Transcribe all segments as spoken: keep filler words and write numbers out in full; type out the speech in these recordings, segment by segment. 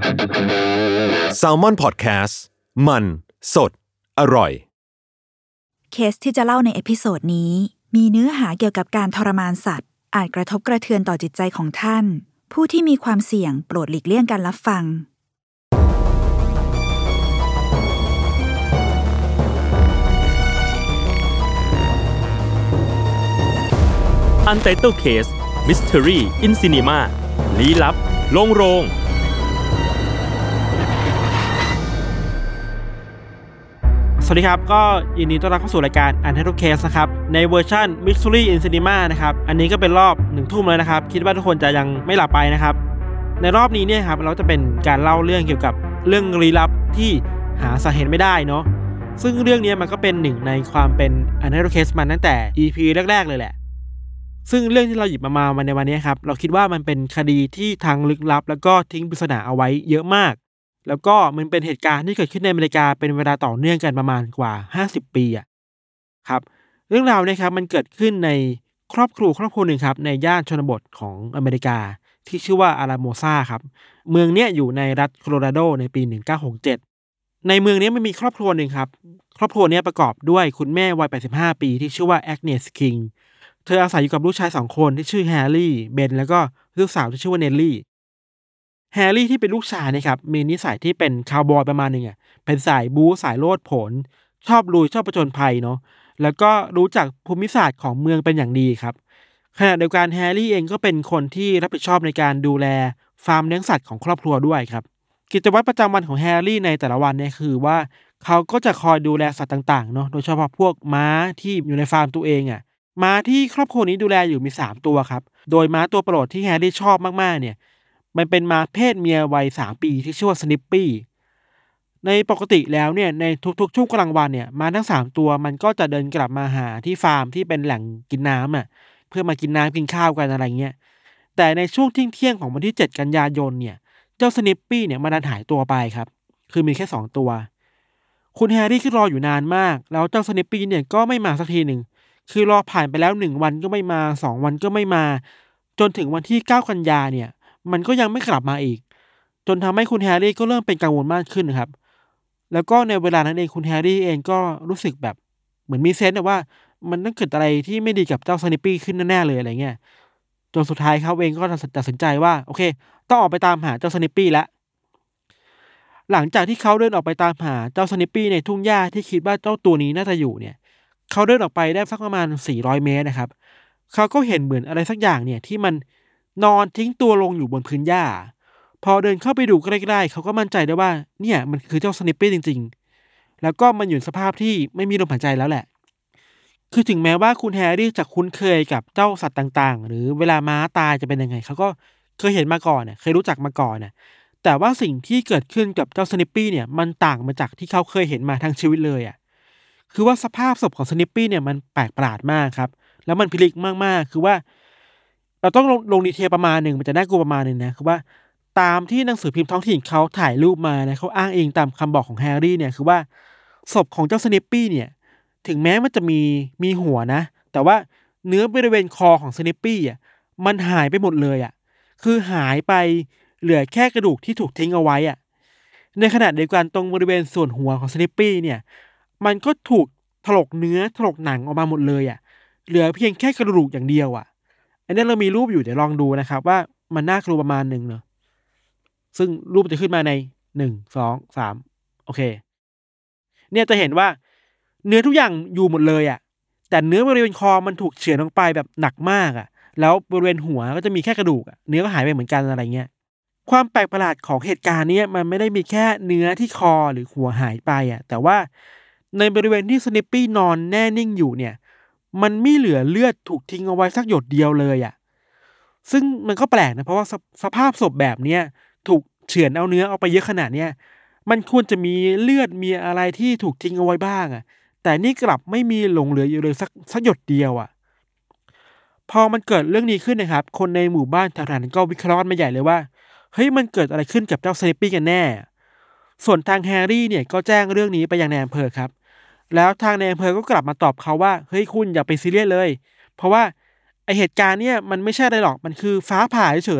Salmon Podcast มันสดอร่อยเคสที่จะเล่าในเอพิโซดนี้มีเนื้อหาเกี่ยวกับการทรมานสัตว์อาจกระทบกระเทือนต่อจิตใจของท่านผู้ที่มีความเสี่ยงโปรดหลีกเลี่ยงการรับฟัง Untitled Case Mystery in Cinema ลี้ลับโรงโรงสวัสดีครับก็ยินดีต้อนรับเข้าสู่รายการ Untitled Case นะครับในเวอร์ชัน Mystery in Cinema นะครับอันนี้ก็เป็นรอบหนึ่งทุ่มแล้วนะครับคิดว่าทุกคนจะยังไม่หลับไปนะครับในรอบนี้เนี่ยครับเราจะเป็นการเล่าเรื่องเกี่ยวกับเรื่องลี้ลับที่หาสาเหตุไม่ได้เนาะซึ่งเรื่องนี้มันก็เป็นหนึ่งในความเป็น Untitled Case มาตั้งแต่ อี พี แรกๆเลยแหละซึ่งเรื่องที่เราหยิบมามาในวันนี้ครับเราคิดว่ามันเป็นคดีที่ทางลึกลับแล้วก็ทิ้งปริศนาเอาไว้เยอะมากแล้วก็มันเป็นเหตุการณ์ที่เกิดขึ้นในอเมริกาเป็นเวลาต่อเนื่องกันประมาณกว่าห้าสิบปีอ่ะครับเรื่องราวเนี่ยครับมันเกิดขึ้นในครอบครัวครอบครัวหนึ่งครับในย่านชนบทของอเมริกาที่ชื่อว่าอาราโมซาครับเมืองเนี้ยอยู่ในรัฐโคโลราโดในปีหนึ่งเก้าหกเจ็ดในเมืองนี้มันมีครอบครัวหนึ่งครับครอบครัวนี้ประกอบด้วยคุณแม่วัยแปดสิบห้าปีที่ชื่อว่าแอกเนสคิงเธออาศัยอยู่กับลูกชายสองคนที่ชื่อแฮร์รี่เบนแล้วก็ลูกสาวที่ชื่อว่าเนลลี่แฮร์รี่ที่เป็นลูกชายนะครับมีนิสัยที่เป็นคาวบอยประมาณนึงอ่ะเป็นสายบู๊สายโลดโผนชอบลุยชอบผจญภัยเนาะแล้วก็รู้จักภูมิศาสตร์ของเมืองเป็นอย่างดีครับขณะเดียวกันแฮร์รี่เองก็เป็นคนที่รับผิดชอบในการดูแลฟาร์มเลี้ยงสัตว์ของครอบครัวด้วยครับกิจวัตรประจำวันของแฮร์รี่ในแต่ละวันเนี่ยคือว่าเขาก็จะคอยดูแลสัตว์ต่างๆเนาะโดยเฉพาะพวกม้าที่อยู่ในฟาร์มตัวเองอ่ะม้าที่ครอบครัวนี้ดูแลอยู่มีสามตัวครับโดยม้าตัวโปรดที่แฮร์รี่ชอบมากๆเนี่ยมันเป็นม้าเพศเมียวัยสามปีที่ชื่อว่าสนิปปี้ในปกติแล้วเนี่ยในทุกๆช่วงกลางวันเนี่ยม้าทั้งสามตัวมันก็จะเดินกลับมาหาที่ฟาร์มที่เป็นแหล่งกินน้ำอ่ะเพื่อมากินน้ำกินข้าวกันอะไรเงี้ยแต่ในช่วงเที่ยงๆของวันที่เจ็ดกันยายนเนี่ยเจ้าสนิปปี้เนี่ยมันดันหายตัวไปครับคือมีแค่สองตัวคุณแฮร์รี่ก็รออยู่นานมากแล้วเจ้าสนิปปี้เนี่ยก็ไม่มาสักทีนึงคือรอผ่านไปแล้วหนึ่งวันก็ไม่มาสองวันก็ไม่มาจนถึงวันที่เก้ากันยาเนี่ยมันก็ยังไม่กลับมาอีกจนทำให้คุณแฮร์รี่ก็เริ่มเป็นกังวลมากขึ้นนะครับแล้วก็ในเวลานั้นเองคุณแฮร์รี่เองก็รู้สึกแบบเหมือนมีเซนส์ว่ามันต้องเกิดอะไรที่ไม่ดีกับเจ้าสนิปปี้ขึ้นแน่ๆเลยอะไรเงี้ยจนสุดท้ายเขาเองก็ตัดสินใจว่าโอเคต้องออกไปตามหาเจ้าสนิปปี้แล้วหลังจากที่เขาเดินออกไปตามหาเจ้าสนิปปี้ในทุ่งหญ้าที่คิดว่าเจ้าตัวนี้น่าจะอยู่เนี่ยเขาเดินออกไปได้สักประมาณสี่ร้อยเมตรนะครับเขาก็เห็นเหมือนอะไรสักอย่างเนี่ยที่มันนอนทิ้งตัวลงอยู่บนพื้นหญ้าพอเดินเข้าไปดูใกล้ๆเขาก็มั่นใจได้ว่าเนี่ยมันคือเจ้าสนิปปี้จริงๆแล้วก็มันอยู่ในสภาพที่ไม่มีลมหายใจแล้วแหละคือถึงแม้ว่าคุณแฮร์รี่จะคุ้นเคยกับเจ้าสัตว์ต่างๆหรือเวลาม้าตายจะเป็นยังไงเขาก็เคยเห็นมาก่อนน่ะเคยรู้จักมาก่อนน่ะแต่ว่าสิ่งที่เกิดขึ้นกับเจ้าสนิปปี้เนี่ยมันต่างมาจากที่เขาเคยเห็นมาทั้งชีวิตเลยอ่ะคือว่าสภาพศพของสนิปปี้เนี่ยมันแปลกประหลาดมากครับแล้วมันพิลึกมากๆคือว่าเราต้องลงลงดีเทลประมาณหนึ่งมันจะน่ากลัวประมาณนึงนะคือว่าตามที่หนังสือพิมพ์ท้องถิ่นเขาถ่ายรูปมานะเขาอ้างเองตามคำบอกของแฮร์รี่เนี่ยคือว่าศพของเจ้าสนิปปี้เนี่ยถึงแม้มันจะมีมีหัวนะแต่ว่าเนื้อบริเวณคอของสนิปปี้อ่ะมันหายไปหมดเลยอ่ะคือหายไปเหลือแค่กระดูกที่ถูกทิ้งเอาไว้อ่ะในขณะเดียวกันตรงบริเวณส่วนหัวของสนิปปี้เนี่ยมันก็ถูกถลกเนื้อถลกหนังออกมาหมดเลยอ่ะเหลือเพียงแค่กระดูกอย่างเดียวอ่ะอันนี้เรามีรูปอยู่เดี๋ยวลองดูนะครับว่ามันน่ากลัวประมาณนึงเนาะซึ่งรูปจะขึ้นมาในหนึ่ง สอง สามโอเคเนี่ยจะเห็นว่าเนื้อทุกอย่างอยู่หมดเลยอ่ะแต่เนื้อบริเวณคอมันถูกเฉือนลงไปแบบหนักมากอ่ะแล้วบริเวณหัวก็จะมีแค่กระดูกอ่ะเนื้อก็หายไปเหมือนกันอะไรเงี้ยความแปลกประหลาดของเหตุการณ์นี้มันไม่ได้มีแค่เนื้อที่คอหรือหัวหายไปอ่ะแต่ว่าในบริเวณที่สนิปปี้นอนแน่นิ่งอยู่เนี่ยมันไม่เหลือเลือดถูกทิ้งเอาไว้สักหยดเดียวเลยอ่ะซึ่งมันก็แปลกนะเพราะว่าสภาพศพแบบเนี้ยถูกเฉือนเอาเนื้อเอาไปเยอะขนาดเนี้ยมันควรจะมีเลือดมีอะไรที่ถูกทิ้งเอาไว้บ้างอ่ะแต่นี่กลับไม่มีหลงเหลืออยู่เลยสักสักหยดเดียวอ่ะพอมันเกิดเรื่องนี้ขึ้นนะครับคนในหมู่บ้านแถวนั้นก็วิเคราะห์มาใหญ่เลยว่าเฮ้ยมันเกิดอะไรขึ้นกับเจ้าสนิปปี้กันแน่ส่วนทางแฮร์รี่เนี่ยก็แจ้งเรื่องนี้ไปยังนายอำเภอครับแล้วทางนายอำเภอก็กลับมาตอบเขาว่าเฮ้ยคุณอย่าไปซีเรียสเลยเพราะว่าไอเหตุการณ์เนี่ยมันไม่ใช่อะไรหรอกมันคือฟ้าผ่าเฉย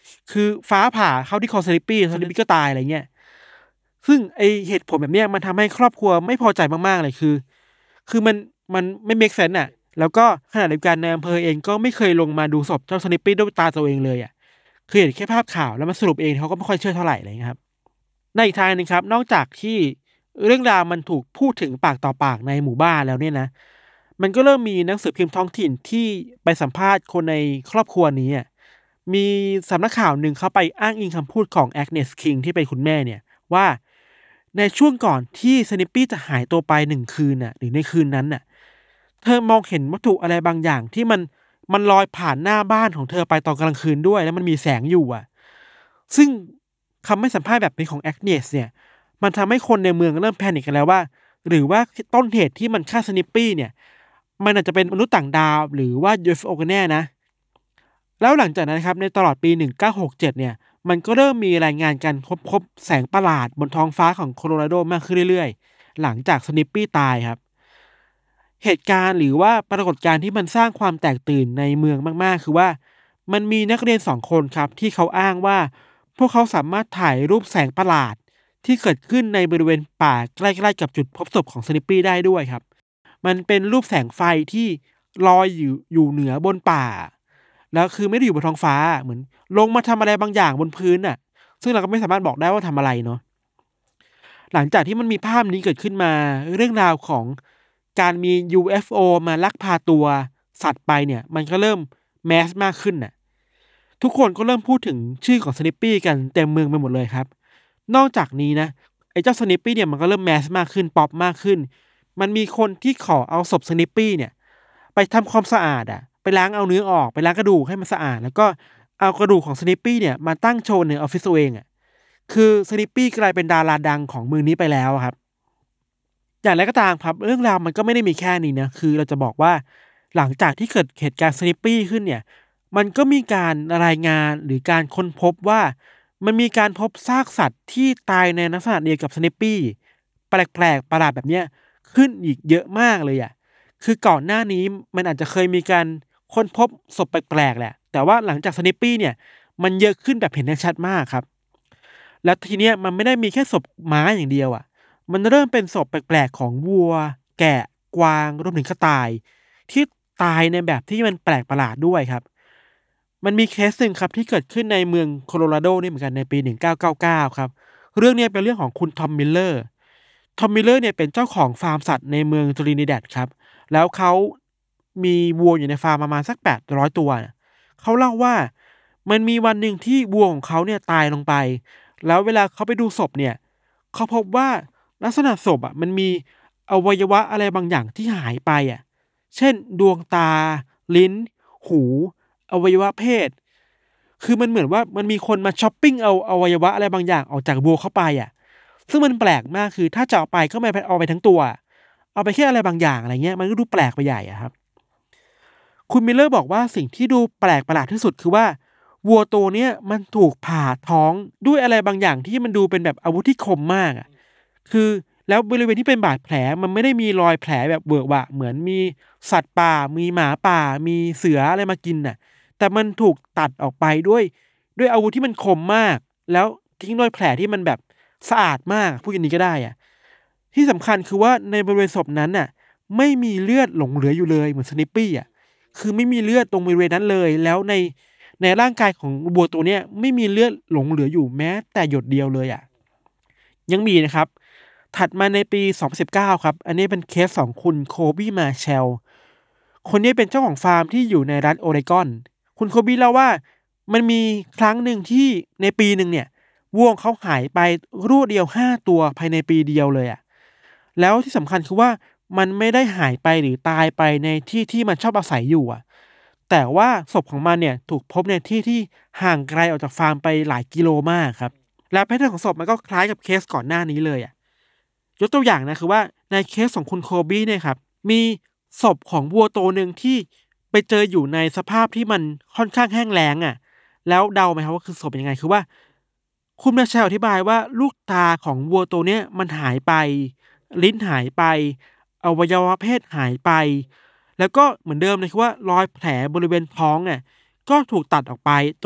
คือฟ้าผ่าเข้าที่คอสลิปปี้สลิปปี้ก็ตายอะไรเงี้ยซึ่งไอเหตุผลแบบเนี้ยมันทำให้ครอบครัวไม่พอใจมากๆเลยคือ คือมันมันไม่เมคเซนส์อ่ะแล้วก็ขณะเดียวกันในอำเภอเองก็ไม่เคยลงมาดูศพเจ้าสลิปปี้ด้วยตาตัวเองเลยอ่ะคือเห็นแค่ภาพข่าวแล้วมาสรุปเองเขาก็ไม่ค่อยเชื่อเท่าไหร่อะไรเงี้ยครับในอีกทางหนึ่งครับนอกจากที่เรื่องราวมันถูกพูดถึงปากต่อปากในหมู่บ้านแล้วเนี่ยนะมันก็เริ่มมีหนังสือพิมพ์ท้องถิ่นที่ไปสัมภาษณ์คนในครอบครัวนี้อ่ะมีสำนักข่าวหนึ่งเขาไปอ้างอิงคำพูดของแอกเนสคิงที่เป็นคุณแม่เนี่ยว่าในช่วงก่อนที่สนิปปี้จะหายตัวไปหนึ่งคืนน่ะหรือในคืนนั้นน่ะเธอมองเห็นวัตถุอะไรบางอย่างที่มันมันลอยผ่านหน้าบ้านของเธอไปตอนกลางคืนด้วยแล้วมันมีแสงอยู่อ่ะซึ่งคำให้สัมภาษณ์แบบนี้ของแอกเนสเนี่ยมันทำให้คนในเมืองเริ่มแพนิคกันแล้วว่าหรือว่าต้นเหตุที่มันฆ่าสนิปปี้เนี่ยมันอาจจะเป็นมนุษย์ต่างดาวหรือว่า ยู เอฟ โอ กันแน่นะแล้วหลังจากนั้นครับในตลอดปีหนึ่งเก้าหกเจ็ดเนี่ยมันก็เริ่มมีรายงานการพบพบแสงประหลาดบนท้องฟ้าของโคโลราโดมากขึ้นเรื่อยๆหลังจากสนิปปี้ตายครับเหตุการณ์หรือว่าปรากฏการณ์ที่มันสร้างความแตกตื่นในเมืองมากๆคือว่ามันมีนักเรียนสองคนครับที่เขาอ้างว่าพวกเขาสามารถถ่ายรูปแสงประหลาดที่เกิดขึ้นในบริเวณป่าใกล้ๆกับจุดพบศพของสนิปปี้ได้ด้วยครับมันเป็นรูปแสงไฟที่ลอยอยู่อยู่เหนือบนป่าแล้วคือไม่ได้อยู่บนท้องฟ้าเหมือนลงมาทำอะไรบางอย่างบนพื้นน่ะซึ่งเราก็ไม่สามารถบอกได้ว่าทำอะไรเนาะ หลังจากที่มันมีภาพนี้เกิดขึ้นมาเรื่องราวของการมี ยู เอฟ โอ มาลักพาตัวสัตว์ไปเนี่ยมันก็เริ่มแมสมากขึ้นน่ะทุกคนก็เริ่มพูดถึงชื่อของ Snippy กันเต็มเมืองไปหมดเลยครับนอกจากนี้นะไอ้เจ้า Snippy เนี่ยมันก็เริ่มแมสมากขึ้นป๊อปมากขึ้นมันมีคนที่ขอเอาศพ Snippy เนี่ยไปทำความสะอาดอะไปล้างเอาเนื้อออกไปล้างกระดูกให้มันสะอาดแล้วก็เอากระดูกของ Snippy เนี่ยมาตั้งโชว์ในออฟฟิศตัวเองอะคือ Snippy กลายเป็นดาราดังของเมืองนี้ไปแล้วอะครับ อย่างไรก็ตามครับเรื่องราวมันก็ไม่ได้มีแค่นี้นะคือเราจะบอกว่าหลังจากที่เกิดเหตุการณ์ Snippy ขึ้นเนี่ยมันก็มีการรายงานหรือการค้นพบว่ามันมีการพบซากสัตว์ที่ตายในลักษณะเดียวกับ Snippy แปลกๆประหลาดแบบเนี้ยขึ้นอีกเยอะมากเลยอะคือก่อนหน้านี้มันอาจจะเคยมีการค้นพบศพแปลกๆแหละแต่ว่าหลังจาก Snippy เนี่ยมันเยอะขึ้นแบบเห็นได้ชัดมากครับแล้วทีเนี้ยมันไม่ได้มีแค่ศพม้าอย่างเดียวอะ มันเริ่มเป็นศพแปลกๆของวัวแกะกวางรวมถึงกระต่ายที่ตายในแบบที่มันแปลกประหลาดด้วยครับมันมีเคสหนึ่งครับที่เกิดขึ้นในเมืองโคโลราโดนี่เหมือนกันในปีหนึ่งเก้าเก้าเก้าครับเรื่องนี้เป็นเรื่องของคุณทอมมิลเลอร์ทอมมิลเลอร์เนี่ยเป็นเจ้าของฟาร์มสัตว์ในเมืองตรินิแดดครับแล้วเขามีวัวอยู่ในฟาร์มประมาณสักแปดร้อยตัวเขาเล่าว่ามันมีวันหนึ่งที่วัวของเขาเนี่ยตายลงไปแล้วเวลาเขาไปดูศพเนี่ยเขาพบว่า ลักษณะศพอะมันมีอวัยวะอะไรบางอย่างที่หายไปอะเช่นดวงตาลิ้นหูอวัยวะเพศคือมันเหมือนว่ามันมีคนมาช็อปปิงเอาอวัยวะอะไรบางอย่างออกจากวัวเข้าไปอะซึ่งมันแปลกมากคือถ้าจะเอาไปก็ไม่เอาไปทั้งตัวเอาไปแค่อะไรบางอย่างอะไรเงี้ยมันก็ดูแปลกไปใหญ่อะครับคุณมิลเลอร์บอกว่าสิ่งที่ดูแปลกประหลาดที่สุดคือว่าวัวตัวเนี้ยมันถูกผ่าท้องด้วยอะไรบางอย่างที่มันดูเป็นแบบอาวุธที่คมมากอะ คือแล้วบริเวณที่เป็นบาดแผลมันไม่ได้มีรอยแผลแบบเวอะหวะเหมือนมีสัตว์ป่ามีหมาป่ามีเสืออะไรมากินน่ะแต่มันถูกตัดออกไปด้วยด้วยอาวุธที่มันคมมากแล้วทิ้งรอยแผลที่มันแบบสะอาดมากพูดอย่างนี้ก็ได้อะที่สำคัญคือว่าในบริเวณศพนั้นน่ะไม่มีเลือดหลงเหลืออยู่เลยเหมือน Snippy อะคือไม่มีเลือดตรงบริเวณนั้นเลยแล้วในในร่างกายของวัวตัวเนี้ยไม่มีเลือดหลงเหลืออยู่แม้แต่หยดเดียวเลยอะ ยังมีนะครับถัดมาในปีสองพันสิบเก้าครับอันนี้เป็นเคสของคุณโคบี้มาแชลคนนี้เป็นเจ้าของฟาร์มที่อยู่ในรัฐโอเรกอนคุณโคบี้เล่าว่ามันมีครั้งหนึ่งที่ในปีหนึ่งเนี่ยวัวของเขาหายไปรวดเดียวห้าตัวภายในปีเดียวเลยอะแล้วที่สำคัญคือว่ามันไม่ได้หายไปหรือตายไปในที่ที่มันชอบอาศัยอยู่อะแต่ว่าศพของมันเนี่ยถูกพบในที่ที่ห่างไกลออกจากฟาร์มไปหลายกิโลมากครับ และแพทเทิร์นของศพมันก็คล้ายกับเคสก่อนหน้านี้เลยอะยกตัวอย่างนะคือว่าในเคสของคุณโคบี้เนี่ยครับมีศพของวัวตัวหนึ่งที่ไปเจออยู่ในสภาพที่มันค่อนข้างแห้งแล้งอะแล้วเดาไหมครับว่าคือศพเป็นยังไงคือว่าคุณมาแชร์อธิบายว่าลูกตาของวัวตัวเนี้ยมันหายไปลิ้นหายไปอวัยวะเพศหายไปแล้วก็เหมือนเดิมเลยคือว่ารอยแผลบริเวณท้องเนี่ยก็ถูกตัดออกไปจน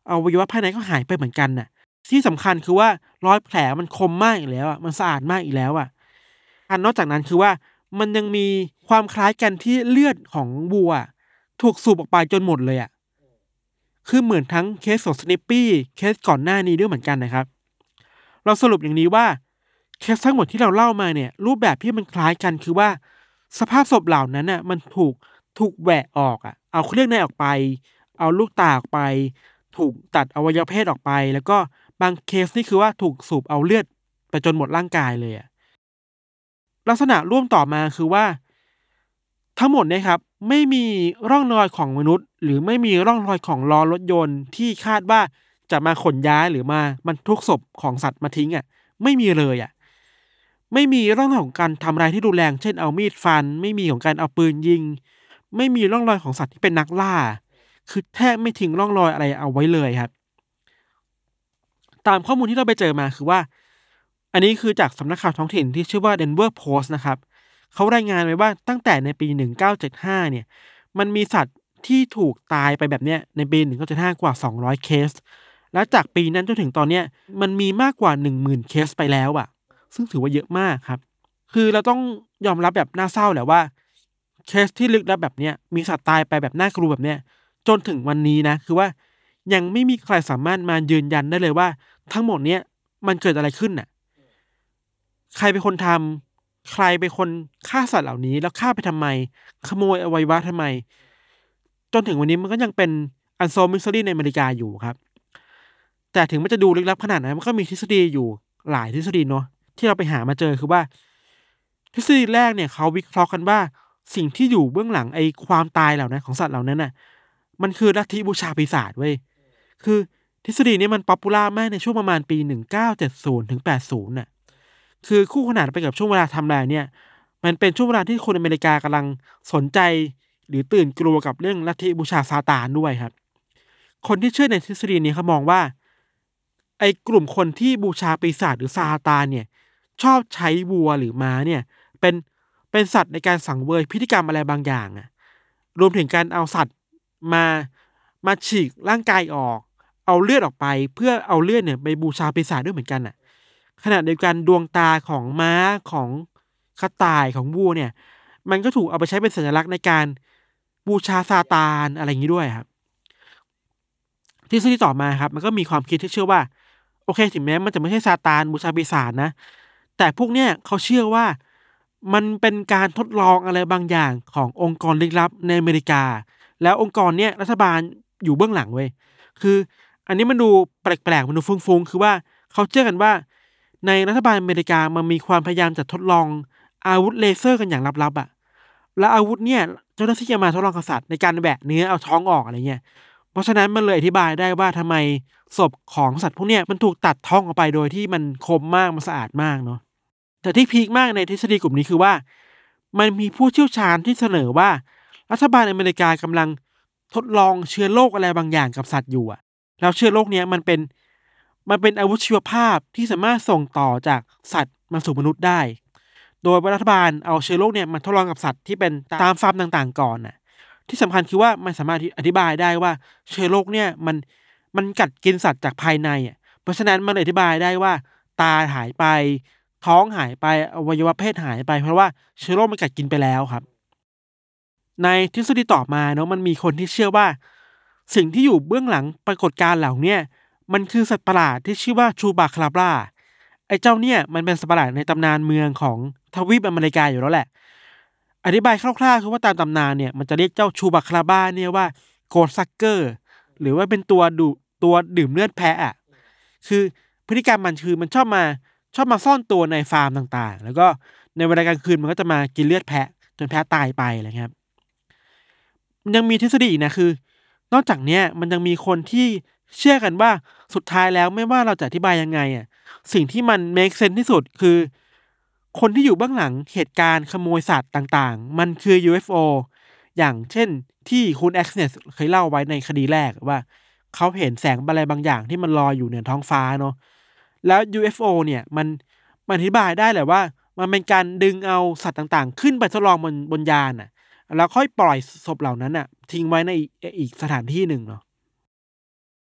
อวัยวะภายในก็หายไปเหมือนกันน่ะที่สำคัญคือว่ารอยแผลมันคมมากอีกแล้วอ่ะมันสะอาดมากอีกแล้วอ่ะอันนอกจากนั้นคือว่ามันยังมีความคล้ายกันที่เลือดของวัวถูกสูบออกไปจนหมดเลยอ่ะคือเหมือนทั้งเคสของสนิปปี้เคสก่อนหน้านี้ด้วยเหมือนกันนะครับเราสรุปอย่างนี้ว่าเคสทั้งหมดที่เราเล่ามาเนี่ยรูปแบบที่มันคล้ายกันคือว่าสภาพศพเหล่านั้นน่ะมันถูกถูกแหวะออกอ่ะเอาเครื่องในออกไปเอาลูกตาออกไปถูกตัดอวัยวะเพศออกไปแล้วก็บางเคสนี่คือว่าถูกสูบเอาเลือดไปจนหมดร่างกายเลยอ่ะลักษณะร่วมต่อมาคือว่าทั้งหมดเนี่ยครับไม่มีร่องรอยของมนุษย์หรือไม่มีร่องรอยของล้อรถยนต์ที่คาดว่าจะมาขนย้ายหรือมาบรรทุกศพของสัตว์มาทิ้งอ่ะไม่มีเลยอ่ะไม่มีร่องรอยของการทำร้ายที่รุนแรงเช่นเอามีดฟันไม่มีของการเอาปืนยิงไม่มีร่องรอยของสัตว์ที่เป็นนักล่าคือแทบไม่ทิ้งร่องรอยอะไรเอาไว้เลยครับตามข้อมูลที่เราไปเจอมาคือว่าอันนี้คือจากสำนักข่าวท้องถิ่นที่ชื่อว่า Denver Post นะครับเขารายงานไว้ว่าตั้งแต่ในปีหนึ่งเก้าเจ็ดห้าเนี่ยมันมีสัตว์ที่ถูกตายไปแบบเนี้ยในปีหนึ่งเก้าเจ็ดห้ากว่าสองร้อยเคสและจากปีนั้นจนถึงตอนเนี้ยมันมีมากกว่า หนึ่งหมื่น เคสไปแล้วอะซึ่งถือว่าเยอะมากครับคือเราต้องยอมรับแบบน่าเศร้าแหละว่าเคสที่ลึกลับแบบเนี้ยมีสัตว์ตายไปแบบน่ากลัวแบบเนี้ยจนถึงวันนี้นะคือว่ายังไม่มีใครสามารถมายืนยันได้เลยว่าทั้งหมดเนี้ยมันเกิดอะไรขึ้นน่ะใครเป็นคนทำใครเป็นคนฆ่าสัตว์เหล่านี้แล้วฆ่าไปทำไมขโมยอวัยวะทำไมจนถึงวันนี้มันก็ยังเป็น Unsolved Mystery ในอเมริกาอยู่ครับแต่ถึงมันจะดูลึกลับขนาดนั้นมันก็มีทฤษฎีอยู่หลายทฤษฎีเนาะที่เราไปหามาเจอคือว่าทฤษฎีแรกเนี่ยเขาวิเคราะห์กันว่าสิ่งที่อยู่เบื้องหลังไอ้ความตายเหล่านั้นของสัตว์เหล่านั้นน่ะมันคือลัทธิบูชาปีศาจเว้ยคือทฤษฎีนี้มันป๊อปปูล่ามากในช่วงประมาณปีหนึ่งเก้าเจ็ดศูนย์ถึงแปดสิบน่ะคือคู่ขนานไปกับช่วงเวลาไทม์ไลน์เนี่ยมันเป็นช่วงเวลาที่คนอเมริกากำลังสนใจหรือตื่นกลัวกับเรื่องลัทธิบูชาซาตานด้วยครับคนที่เชื่อในทฤษฎีนี้เขามองว่าไอ้กลุ่มคนที่บูชาปีศาจหรือซาตานเนี่ยชอบใช้วัวหรือม้าเนี่ยเป็นเป็นสัตว์ในการสังเวยพฤติกรรมอะไรบางอย่างอะรวมถึงการเอาสัตว์มามาฉีกร่างกายออกเอาเลือดออกไปเพื่อเอาเลือดเนี่ยไปบูชาปีศาจด้วยเหมือนกันน่ะขณะเดียวกันดวงตาของม้าของกระต่ายของวัวเนี่ยมันก็ถูกเอาไปใช้เป็นสัญลักษณ์ในการบูชาซาตานอะไรอย่างงี้ด้วยครับทฤษฎีต่อมาครับมันก็มีความคิดที่เชื่อว่าโอเคถึงแม้มันจะไม่ใช่ซาตานบูชาปีศาจนะแต่พวกเนี้ยเขาเชื่อว่ามันเป็นการทดลองอะไรบางอย่างขององค์กรลึกลับในอเมริกาแล้วองค์กรเนี้ยรัฐบาลอยู่เบื้องหลังเว้ยคืออันนี้มันดูแปลกๆมันดูฟุ้งๆคือว่าเขาเชื่อกันว่าในรัฐบาลอเมริกามันมีความพยายามจะทดลองอาวุธเลเซอร์กันอย่างลับๆอะแล้วอาวุธเนี่ยเจ้าหน้าที่จะมาทดลองกับสัตว์ในการแบะเนื้อเอาท้องออกอะไรเงี้ย เพราะฉะนั้นมันเลยอธิบายได้ว่าทำไมศพของสัตว์พวกเนี้ยมันถูกตัดท้องออกไปโดยที่มันคมมากมันสะอาดมากเนาะแต่ที่พีคมากในทฤษฎีกลุ่มนี้คือว่ามันมีผู้เชี่ยวชาญที่เสนอว่ารัฐบาลอเมริกากำลังทดลองเชื้อโรคอะไรบางอย่างกับสัตว์อยู่อะแล้วเชื้อโรคเนี้ยมันเป็นมันเป็นอาวุธชีวภาพที่สามารถส่งต่อจากสัตว์มาสู่มนุษย์ได้โดยรัฐบาลเอาเชื้อโรคเนี่ยมาทดลองกับสัตว์ที่เป็นตามฟาร์มต่างๆก่อนน่ะ ที่สำคัญคือว่ามันสามารถอธิบายได้ว่าเชื้อโรคเนี่ยมันมันกัดกินสัตว์จากภายในอ่ะเพราะฉะนั้นมันอธิบายได้ว่าตาหายไปท้องหายไปอวัยวะเพศหายไปเพราะว่าเชื้อโรคมันกัดกินไปแล้วครับในทฤษฎีต่อมาเนาะมันมีคนที่เชื่อว่าสิ่งที่อยู่เบื้องหลังปรากฏการณ์เหล่าเนี้ยมันคือสัตว์ประหลาดที่ชื่อว่าชูบาคาบราไอ้เจ้าเนี่ยมันเป็นสัตว์ประหลาดในตำนานเมืองของทวีปอเมริกาอยู่แล้วแหละ อธิบายคร่าวๆคือว่าตามตำนานเนี่ยมันจะเรียกเจ้าชูบาคาบ้าเนี่ยว่าโกดซักเกอร์หรือว่าเป็นตัวดูตัวดื่มเลือดแพะอ่ะคือพฤติกรรมมันคือมันชอบมาชอบมาซ่อนตัวในฟาร์มต่างๆแล้วก็ในเวลากลางคืนมันก็จะมากินเลือดแพะจนแพะตายไปอะไรเงี้ยครับมันยังมีทฤษฎีอีกนะคือนอกจากเนี้ยมันยังมีคนที่เชื่อกันว่าสุดท้ายแล้วไม่ว่าเราจะอธิบายยังไงอ่ะสิ่งที่มัน make sense ที่สุดคือคนที่อยู่เบื้องหลังเหตุการณ์ขโมยสัตว์ต่างๆมันคือ ยู เอฟ โอ อย่างเช่นที่คุณแอ็กซ์เนี่ยเคยเล่าไว้ในคดีแรกว่าเขาเห็นแสงอะไรบางอย่างที่มันลอยอยู่เหนือท้องฟ้าเนาะแล้ว ยู เอฟ โอ เนี่ยมันมันอธิบายได้แหละว่ามันเป็นการดึงเอาสัตว์ต่างๆขึ้นไปทดลองบนบนยานน่ะแล้วค่อยปล่อยศพเหล่านั้นน่ะทิ้งไว้ในอีกสถานที่หนึ่งเนาะ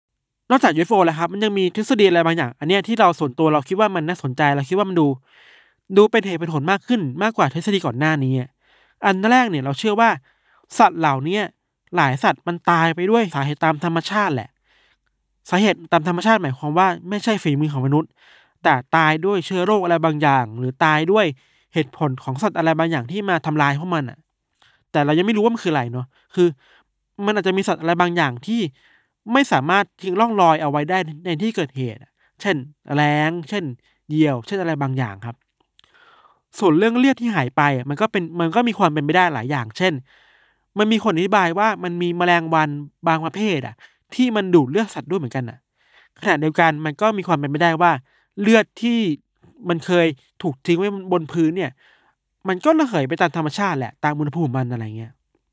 นอกจาก ยู เอฟ โอ แล้วครับมันยังมีทฤษฎีอะไรบางอย่างอันเนี้ยที่เราส่วนตัวเราคิดว่ามันน่าสนใจเราคิดว่ามันดูดูเป็นเหตุเป็นผลมากขึ้นมากกว่าทฤษฎีก่อนหน้านี้อันแรกเนี่ยเราเชื่อว่าสัตว์เหล่านี้หลายสัตว์มันตายไปด้วยสาเหตุตามธรรมชาติแหละสาเหตุตามธรรมชาติหมายความว่าไม่ใช่ฝีมือของมนุษย์แต่ตายด้วยเชื้อโรคอะไรบางอย่างหรือตายด้วยเหตุผลของสัตว์อะไรบางอย่างที่มาทำลายพวกมันอ่ะแต่เรายังไม่รู้ว่ามันคืออะไรเนาะคือมันอาจจะมีสัตว์อะไรบางอย่างที่ไม่สามารถทิ้งร่องรอยเอาไว้ได้ในที่เกิดเหตุเช่นแร้งเช่นเหยี่ยวเช่นอะไรบางอย่างครับส่วนเรื่องเลือดที่หายไปมันก็เป็นมันก็มีความเป็นไปได้หลายอย่างเช่นมันมีคนอธิบายว่ามันมีแมลงวันบางประเภทอ่ะที่มันดูดเลือดสัตว์ด้วยเหมือนกันน่ะขณะเดียวกันมันก็มีความเป็นไปได้ว่าเลือดที่มันเคยถูกทิ้งไว้บนพื้นเนี่ยมันก็ระเหยไปตามธรรมชาติแหละตามอุณหภูมิมันอะไรเงี้ย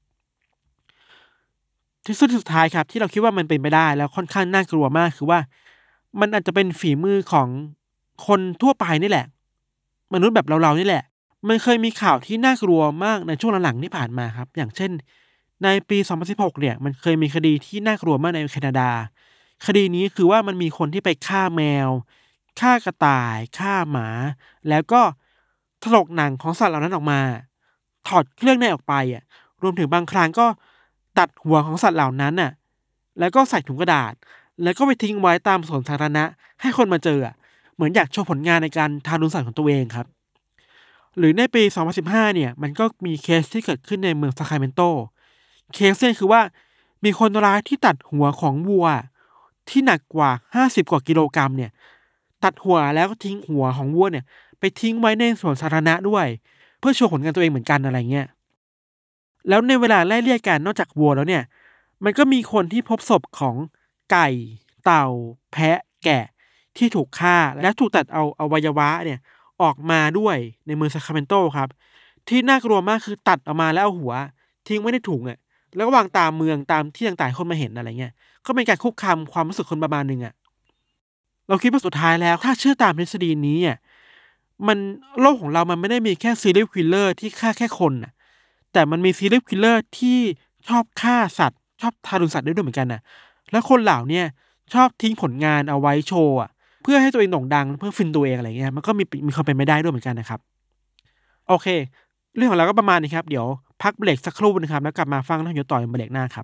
ทฤษฎีสุดท้ายครับที่เราคิดว่ามันเป็นไปได้แล้วค่อนข้างน่ากลัวมากคือว่ามันอาจจะเป็นฝีมือของคนทั่วไปนี่แหละมนุษย์แบบเราๆนี่แหละมันเคยมีข่าวที่น่ากลัวมากในช่วงหลังๆที่ผ่านมาครับอย่างเช่นในปีสองพันสิบหกเนี่ยมันเคยมีคดีที่น่ากลัวมากในแคนาดาคดีนี้คือว่ามันมีคนที่ไปฆ่าแมวฆ่ากระต่ายฆ่าหมาแล้วก็ถลกหนังของสัตว์เหล่านั้นออกมาถอดเครื่องในออกไปอ่ะรวมถึงบางครั้งก็ตัดหัวของสัตว์เหล่านั้นน่ะแล้วก็ใส่ถุงกระดาษแล้วก็ไปทิ้งไว้ตามสวนสาธารณะให้คนมาเจออ่ะเหมือนอยากโชว์ผลงานในการทารุณสัตว์ของตัวเองครับหรือในปีสองพันสิบห้าเนี่ยมันก็มีเคสที่เกิดขึ้นในเมืองซาคราเมนโตเคสเนี่ยคือว่ามีคนร้ายที่ตัดหัวของวัวที่หนักกว่าห้าสิบกว่ากิโลกรัมเนี่ยตัดหัวแล้วก็ทิ้งหัวของวัวเนี่ยไปทิ้งไว้ในสวนสาธารณะด้วยเพื่อโชว์ผลงานตัวเองเหมือนกันอะไรเงี้ยแล้วในเวลาไล่เลี่ยกันนอกจากวัวแล้วเนี่ยมันก็มีคนที่พบศพของไก่เต่าแพะแกะที่ถูกฆ่าและถูกตัดเอาอวัยวะเนี่ยออกมาด้วยในเมืองซาคราเมนโตครับที่น่ากลัวมากคือตัดออกมาแล้วเอาหัวทิ้งไว้ในถุงอ่ะแล้วก็วางตามเมืองตามที่ต่างๆคนมาเห็นอะไรเงี้ยก็เป็นการคุกคามความรู้สึกคนประมาณนึงอ่ะเราคิดว่าสุดท้ายแล้วถ้าเชื่อตามทฤษฎีนี้อ่ะมันโลกของเรามันไม่ได้มีแค่ซีรีส์คิลเลอร์ที่ฆ่าแค่คนน่ะแต่มันมีซีรีส์คิลเลอร์ที่ชอบฆ่าสัตว์ชอบทารุณสัตว์ด้วยเหมือนกันน่ะแล้วคนเหล่านี้ชอบทิ้งผลงานเอาไว้โชว์อ่ะเพื่อให้ตัวเองโด่งดังเพื่อฟินตัวเองอะไรเงี้ยมันก็มีมีความเป็นไปได้ด้วยเหมือนกันนะครับโอเคเรื่องของเราก็ประมาณนี้ครับเดี๋ยวพักเบรกสักครู่นะครับแล้วกลับมาฟังเรื่องต่อในเบรกหน้าครับ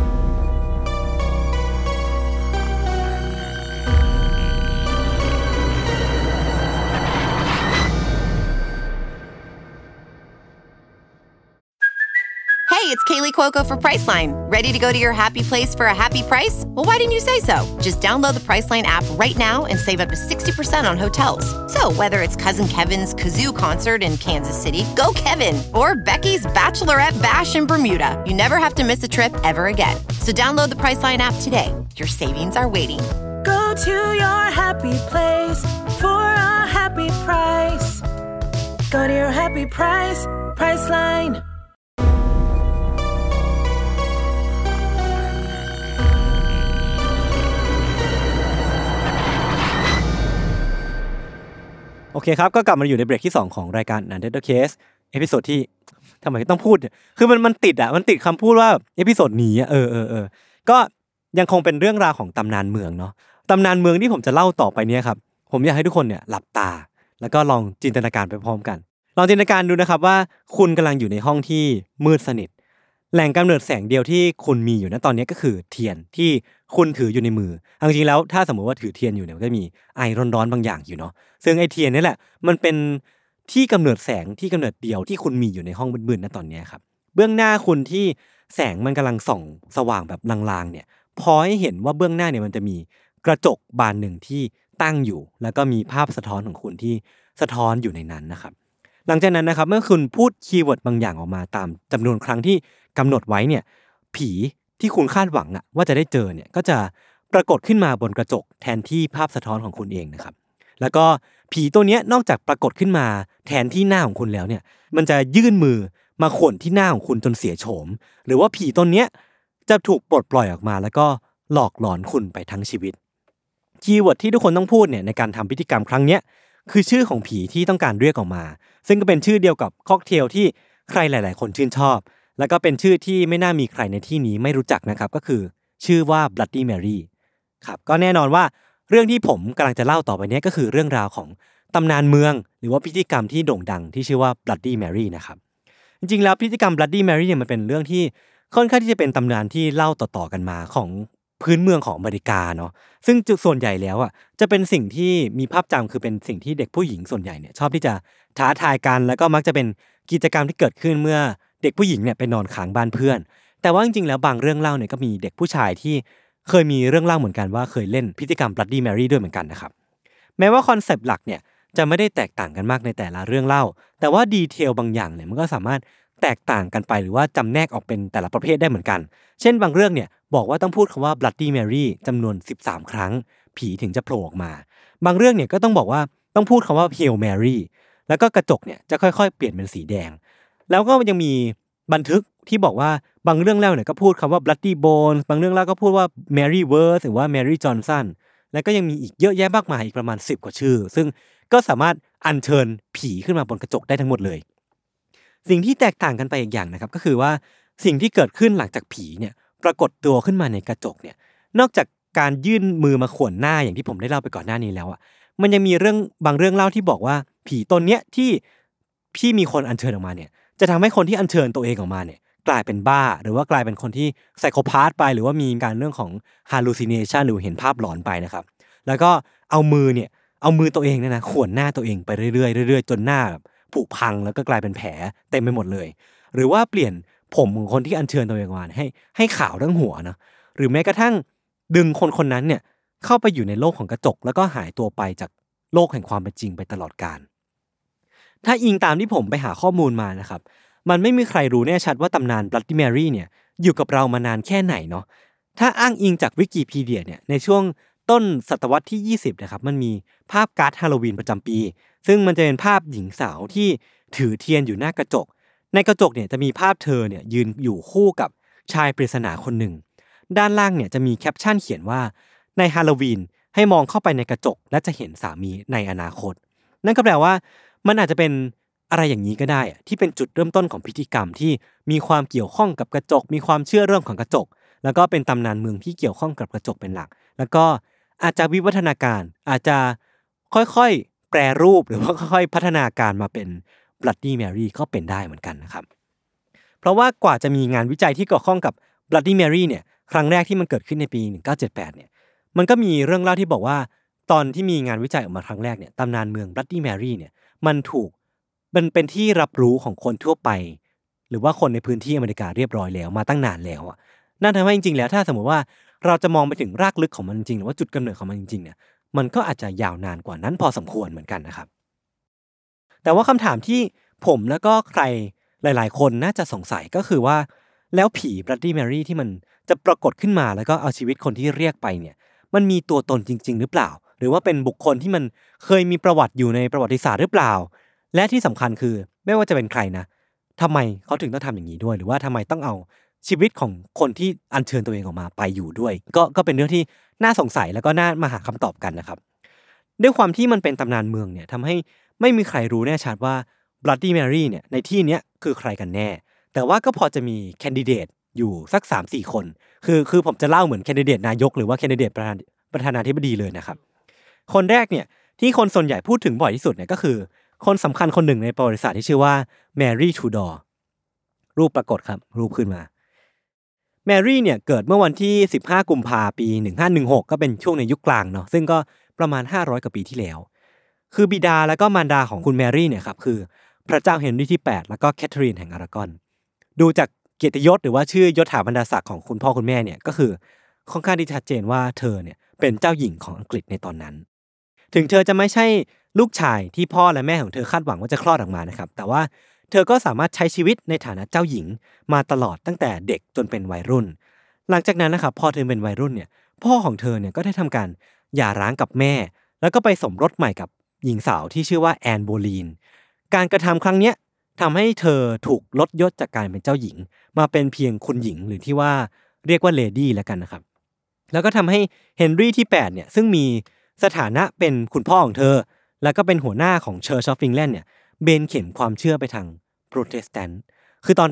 Hey, it's Kaylee Cuoco for Priceline. Ready to go to your happy place for a happy price? Well, why didn't you say so? Just download the Priceline app right now and save up to sixty percent on hotels. So whether it's Cousin Kevin's Kazoo Concert in Kansas City, go Kevin, or Becky's Bachelorette Bash in Bermuda, you never have to miss a trip ever again. So download the Priceline app today. Your savings are waiting. Go to your happy place for a happy price. Go to your happy price, Priceline. โอเคครับก็กลับมาอยู่ในเบรกที่สองของรายการ Untitled Case เอพิโซดที่ทำไมต้องพูดคือมันมันติดอ่ะมันติดคำพูดว่าเอพิโซดนี้เออเออเออก็ยังคงเป็นเรื่องราวของตำนานเมืองเนาะตำนานเมืองที่ผมจะเล่าต่อไปนี้ครับผมอยากให้ทุกคนเนี่ยหลับตาแล้วก็ลองจินตนาการไปพร้อมกันลองจินตนาการดูนะครับว่าคุณกำลังอยู่ในห้องที่มืดสนิทแหล่งกำเนิดแสงเดียวที่คุณมีอยู่ณตอนนี้ก็คือเทียนที่คุณถืออยู่ในมือจริงๆแล้วถ้าสมมติว่าถือเทียนอยู่เนี่ยก็มีไอร้อนๆบางอย่างอยู่เนาะซึ่งไอเทียนนี่แหละมันเป็นที่กำเนิดแสงที่กำเนิดเดียวที่คุณมีอยู่ในห้องมืดๆณตอนนี้ครับเบื้องหน้าคุณที่แสงมันกำลังส่องสว่างแบบลางๆเนี่ยพอให้เห็นว่าเบื้องหน้าเนี่ยมันจะมีกระจกบานหนึ่งที่ตั้งอยู่แล้วก็มีภาพสะท้อนของคุณที่สะท้อนอยู่ในนั้นนะครับหลังจากนั้นนะครับเมื่อคุณพูดคีย์เวิร์ดบางอย่างออกมาตามจำนวนครั้งที่กำหนดไว้เนี่ยผีที่คุณคาดหวังอะว่าจะได้เจอเนี่ยก็จะปรากฏขึ้นมาบนกระจกแทนที่ภาพสะท้อนของคุณเองนะครับแล้วก็ผีตัวนี้นอกจากปรากฏขึ้นมาแทนที่หน้าของคุณแล้วเนี่ยมันจะยื่นมือมาข่วนที่หน้าของคุณจนเสียโฉมหรือว่าผีตัวเนี้ยจะถูกปลดปล่อยออกมาแล้วก็หลอกหลอนคุณไปทั้งชีวิตคีย์เวิร์ดที่ทุกคนต้องพูดเนี่ยในการทำพิธีกรรมครั้งเนี้ยคือชื่อของผีที่ต้องการเรียกออกมาซึ่งก็เป็นชื่อเดียวกับค็อกเทลที่ใครหลายๆคนชื่นชอบแล้วก็เป็นชื่อที่ไม่น่ามีใครในที่นี้ไม่รู้จักนะครับก็คือชื่อว่า Bloody Mary ครับก็แน่นอนว่าเรื่องที่ผมกำลังจะเล่าต่อไปนี้ก็คือเรื่องราวของตำนานเมืองหรือว่าพิธีกรรมที่โด่งดังที่ชื่อว่า Bloody Mary นะครับจริงๆแล้วพิธีกรรม Bloody Mary เนี่ยมันเป็นเรื่องที่ค่อนข้างที่จะเป็นตำนานที่เล่าต่อๆกันมาของพื้นเมืองของอเมริกาเนาะซึ่งส่วนใหญ่แล้วอ่ะจะเป็นสิ่งที่มีภาพจำคือเป็นสิ่งที่เด็กผู้หญิงส่วนใหญ่เนี่ยชอบที่จะท้าทายกันแล้วก็มักจะเป็นกิจกรรมที่เกิดขึ้นเมื่อเด็กผู้หญิงเนี่ยไปนอนค้างบ้านเพื่อนแต่ว่าจริงๆแล้วบางเรื่องเล่าเนี่ยก็มีเด็กผู้ชายที่เคยมีเรื่องเล่าเหมือนกันว่าเคยเล่นพิธีกรรม Bloody Mary ด้วยเหมือนกันนะครับแม้ว่าคอนเซปต์หลักเนี่ยจะไม่ได้แตกต่างกันมากในแต่ละเรื่องเล่าแต่ว่าดีเทลบางอย่างเนี่ยมันก็สามารถแตกต่างกันไปหรือว่าจำแนกออกเป็นแต่ละประเภทได้เหมือนกันเช่นบางเรื่องเนี่ยบอกว่าต้องพูดคำว่า Bloody Mary จำนวนสิบสามครั้งผีถึงจะโผล่ออกมาบางเรื่องเนี่ยก็ต้องบอกว่าต้องพูดคำว่า Hail Mary แล้วก็กระจกเนี่ยจะค่อยๆเปลี่ยนเป็นสีแดงแล้วก็ยังมีบันทึกที่บอกว่าบางเรื่องเล่าเนี่ยก็พูดคำว่า Bloody Bones บางเรื่องเล่าก็พูดว่า Mary Worth หรือว่า Mary Johnson แล้วก็ยังมีอีกเยอะแยะมากมายอีกประมาณสิบกว่าชื่อซึ่งก็สามารถอัญเชิญผีขึ้นมาบนกระจกได้ทั้งหมดเลยสิ่งที่แตกต่างกันไปอีกอย่างนะครับก็คือว่าสิ่งที่เกิดขึ้นหลังจากผีเนี่ยปรากฏตัวขึ้นมาในกระจกเนี่ยนอกจากการยื่นมือมาข่วนหน้าอย่างที่ผมได้เล่าไปก่อนหน้านี้แล้วอ่ะมันยังมีเรื่องบางเรื่องเล่าที่บอกว่าผีตนเนี้ยที่พี่มีคนอัญเชิญออกมาเนี่ยจะทำให้คนที่อัญเชิญตัวเองออกมาเนี่ยกลายเป็นบ้าหรือว่ากลายเป็นคนที่ไซโคพาธไปหรือว่ามีการเรื่องของ hallucination หรือเห็นภาพหลอนไปนะครับแล้วก็เอามือเนี่ยเอามือตัวเองเนี่ยนะข่วนหน้าตัวเองไปเรื่อยๆเรื่อยๆจนหน้าแบบผุพังแล้วก็กลายเป็นแผลเต็มไปหมดเลยหรือว่าเปลี่ยนผมของคนที่อัญเชิญตัวเองมาให้ให้ขาวทั้งหัวนะหรือแม้กระทั่งดึงคนคนนั้นเนี่ยเข้าไปอยู่ในโลกของกระจกแล้วก็หายตัวไปจากโลกแห่งความเป็นจริงไปตลอดกาลถ้าอิงตามที่ผมไปหาข้อมูลมานะครับมันไม่มีใครรู้แน่ชัดว่าตำนาน Bloody Mary เนี่ยอยู่กับเรามานานแค่ไหนเนาะถ้าอ้างอิงจากวิกิพีเดียเนี่ยในช่วงต้นศตวรรษที่ยี่สิบนะครับมันมีภาพการ์ดฮาโลวีนประจำปีซึ่งมันจะเป็นภาพหญิงสาวที่ถือเทียนอยู่หน้ากระจกในกระจกเนี่ยจะมีภาพเธอเนี่ยยืนอยู่คู่กับชายปริศนาคนหนึ่งด้านล่างเนี่ยจะมีแคปชั่นเขียนว่าในฮาโลวีนให้มองเข้าไปในกระจกและจะเห็นสามีในอนาคตนั่นก็แปลว่ามันอาจจะเป็นอะไรอย่างนี้ก็ได้ที่เป็นจุดเริ่มต้นของพิธีกรรมที่มีความเกี่ยวข้องกับกระจกมีความเชื่อเรื่องของกระจกแล้วก็เป็นตำนานเมืองที่เกี่ยวข้องกับกระจกเป็นหลักแล้วก็อาจจะวิวัฒนาการอาจจะค่อยๆแปรรูปหรือว่าค่อยๆพัฒนาการมาเป็น Bloody Mary ก็เป็นได้เหมือนกันนะครับเพราะว่ากว่าจะมีงานวิจัยที่เกี่ยวข้องกับ Bloody Mary เนี่ยครั้งแรกที่มันเกิดขึ้นในปีหนึ่งเก้าเจ็ดแปดเนี่ยมันก็มีเรื่องเล่าที่บอกว่าตอนที่มีงานวิจัยออกมาครั้งแรกเนี่ยตำนานเมือง Bloody Mary เนี่ยมันถูกมันเป็นที่รับรู้ของคนทั่วไปหรือว่าคนในพื้นที่อเมริกาเรียบร้อยแล้วมาตั้งนานแล้วอ่ะนั่นทำให้จริงๆแล้วถ้าสมมติว่าเราจะมองไปถึงรากลึกของมันจริงๆหรือว่าจุดกำเนิดของมันจริงๆเนี่ยมันก็อาจจะยาวนานกว่านั้นพอสมควรเหมือนกันนะครับแต่ว่าคำถามที่ผมแล้วก็ใครหลายๆคนน่าจะสงสัยก็คือว่าแล้วผี Bloody Mary ที่มันจะปรากฏขึ้นมาแล้วก็เอาชีวิตคนที่เรียกไปเนี่ยมันมีตัวตนจริงๆหรือเปล่าหรือว่าเป็นบุคคลที่มันเคยมีประวัติอยู่ในประวัติศาสตร์หรือเปล่าและที่สำคัญคือไม่ว่าจะเป็นใครนะทำไมเขาถึงต้องทำอย่างนี้ด้วยหรือว่าทำไมต้องเอาชีวิตของคนที่อัญเชิญตัวเองออกมาไปอยู่ด้วยก็ก็เป็นเรื่องที่น่าสงสัยแล้วก็น่ามาหาคำตอบกันนะครับด้วยความที่มันเป็นตำนานเมืองเนี่ยทำให้ไม่มีใครรู้แน่ชัดว่า Bloody Mary เนี่ยในที่เนี้ยคือใครกันแน่แต่ว่าก็พอจะมีแคนดิเดตอยู่สัก สามถึงสี่ คนคือคือผมจะเล่าเหมือนแคนดิเดตนายกหรือว่าแคนดิเดตประธานประธานาธิบดีเลยนะครับคนแรกเนี่ยที่คนส่วนใหญ่พูดถึงบ่อยที่สุดเนี่ยก็คือคนสำคัญคนหนึ่งในประวัติศาสตร์ที่ชื่อว่าแมรี่ทูดอร์รูปปรากฏครับรูปขึ้นมาแมรี่เนี่ยเกิดเมื่อวันที่สิบห้ากุมภาพันธ์ปีหนึ่งพันห้าร้อยสิบหกก็เป็นช่วงในยุคกลางเนาะซึ่งก็ประมาณห้าร้อยกว่าปีที่แล้วคือบิดาแล้วก็มารดาของคุณแมรี่เนี่ยครับคือพระเจ้าเฮนรี่ที่แปดแล้วก็แคทเธอรีนแห่งอารากอนดูจากเกียรติยศหรือว่าชื่อยศถาบรรดาศักดิ์ของคุณพ่อคุณแม่เนี่ยก็คือค่อนข้างที่ชัดเจนว่าเธอเนี่ยเป็นเจ้าหญิงของอังกฤษในตอนนั้นถึงเธอจะไม่ใช่ลูกชายที่พ่อและแม่ของเธอคาดหวังว่าจะคลอดออกมานะครับแต่ว่าเธอก็สามารถใช้ชีวิตในฐานะเจ้าหญิงมาตลอดตั้งแต่เด็กจนเป็นวัยรุ่นหลังจากนั้นนะครับพอเธอเป็นวัยรุ่นเนี่ยพ่อของเธอเนี่ยก็ได้ทำการหย่าร้างกับแม่แล้วก็ไปสมรสใหม่กับหญิงสาวที่ชื่อว่าแอนโบลีนการกระทำครั้งเนี้ยทำให้เธอถูกลดยศจากการเป็นเจ้าหญิงมาเป็นเพียงคุณหญิงหรือที่ว่าเรียกว่าเลดี้แล้วกันนะครับแล้วก็ทำให้เฮนรี่ที่แปดเนี่ยซึ่งมีสถานะเป็นคุณพ่อของเธอแล้วก็เป็นหัวหน้าของ Church of England เนี่ยเบนเข็มความเชื่อไปทางโปรเตสแตนต์คือตอนแรกเนี่ย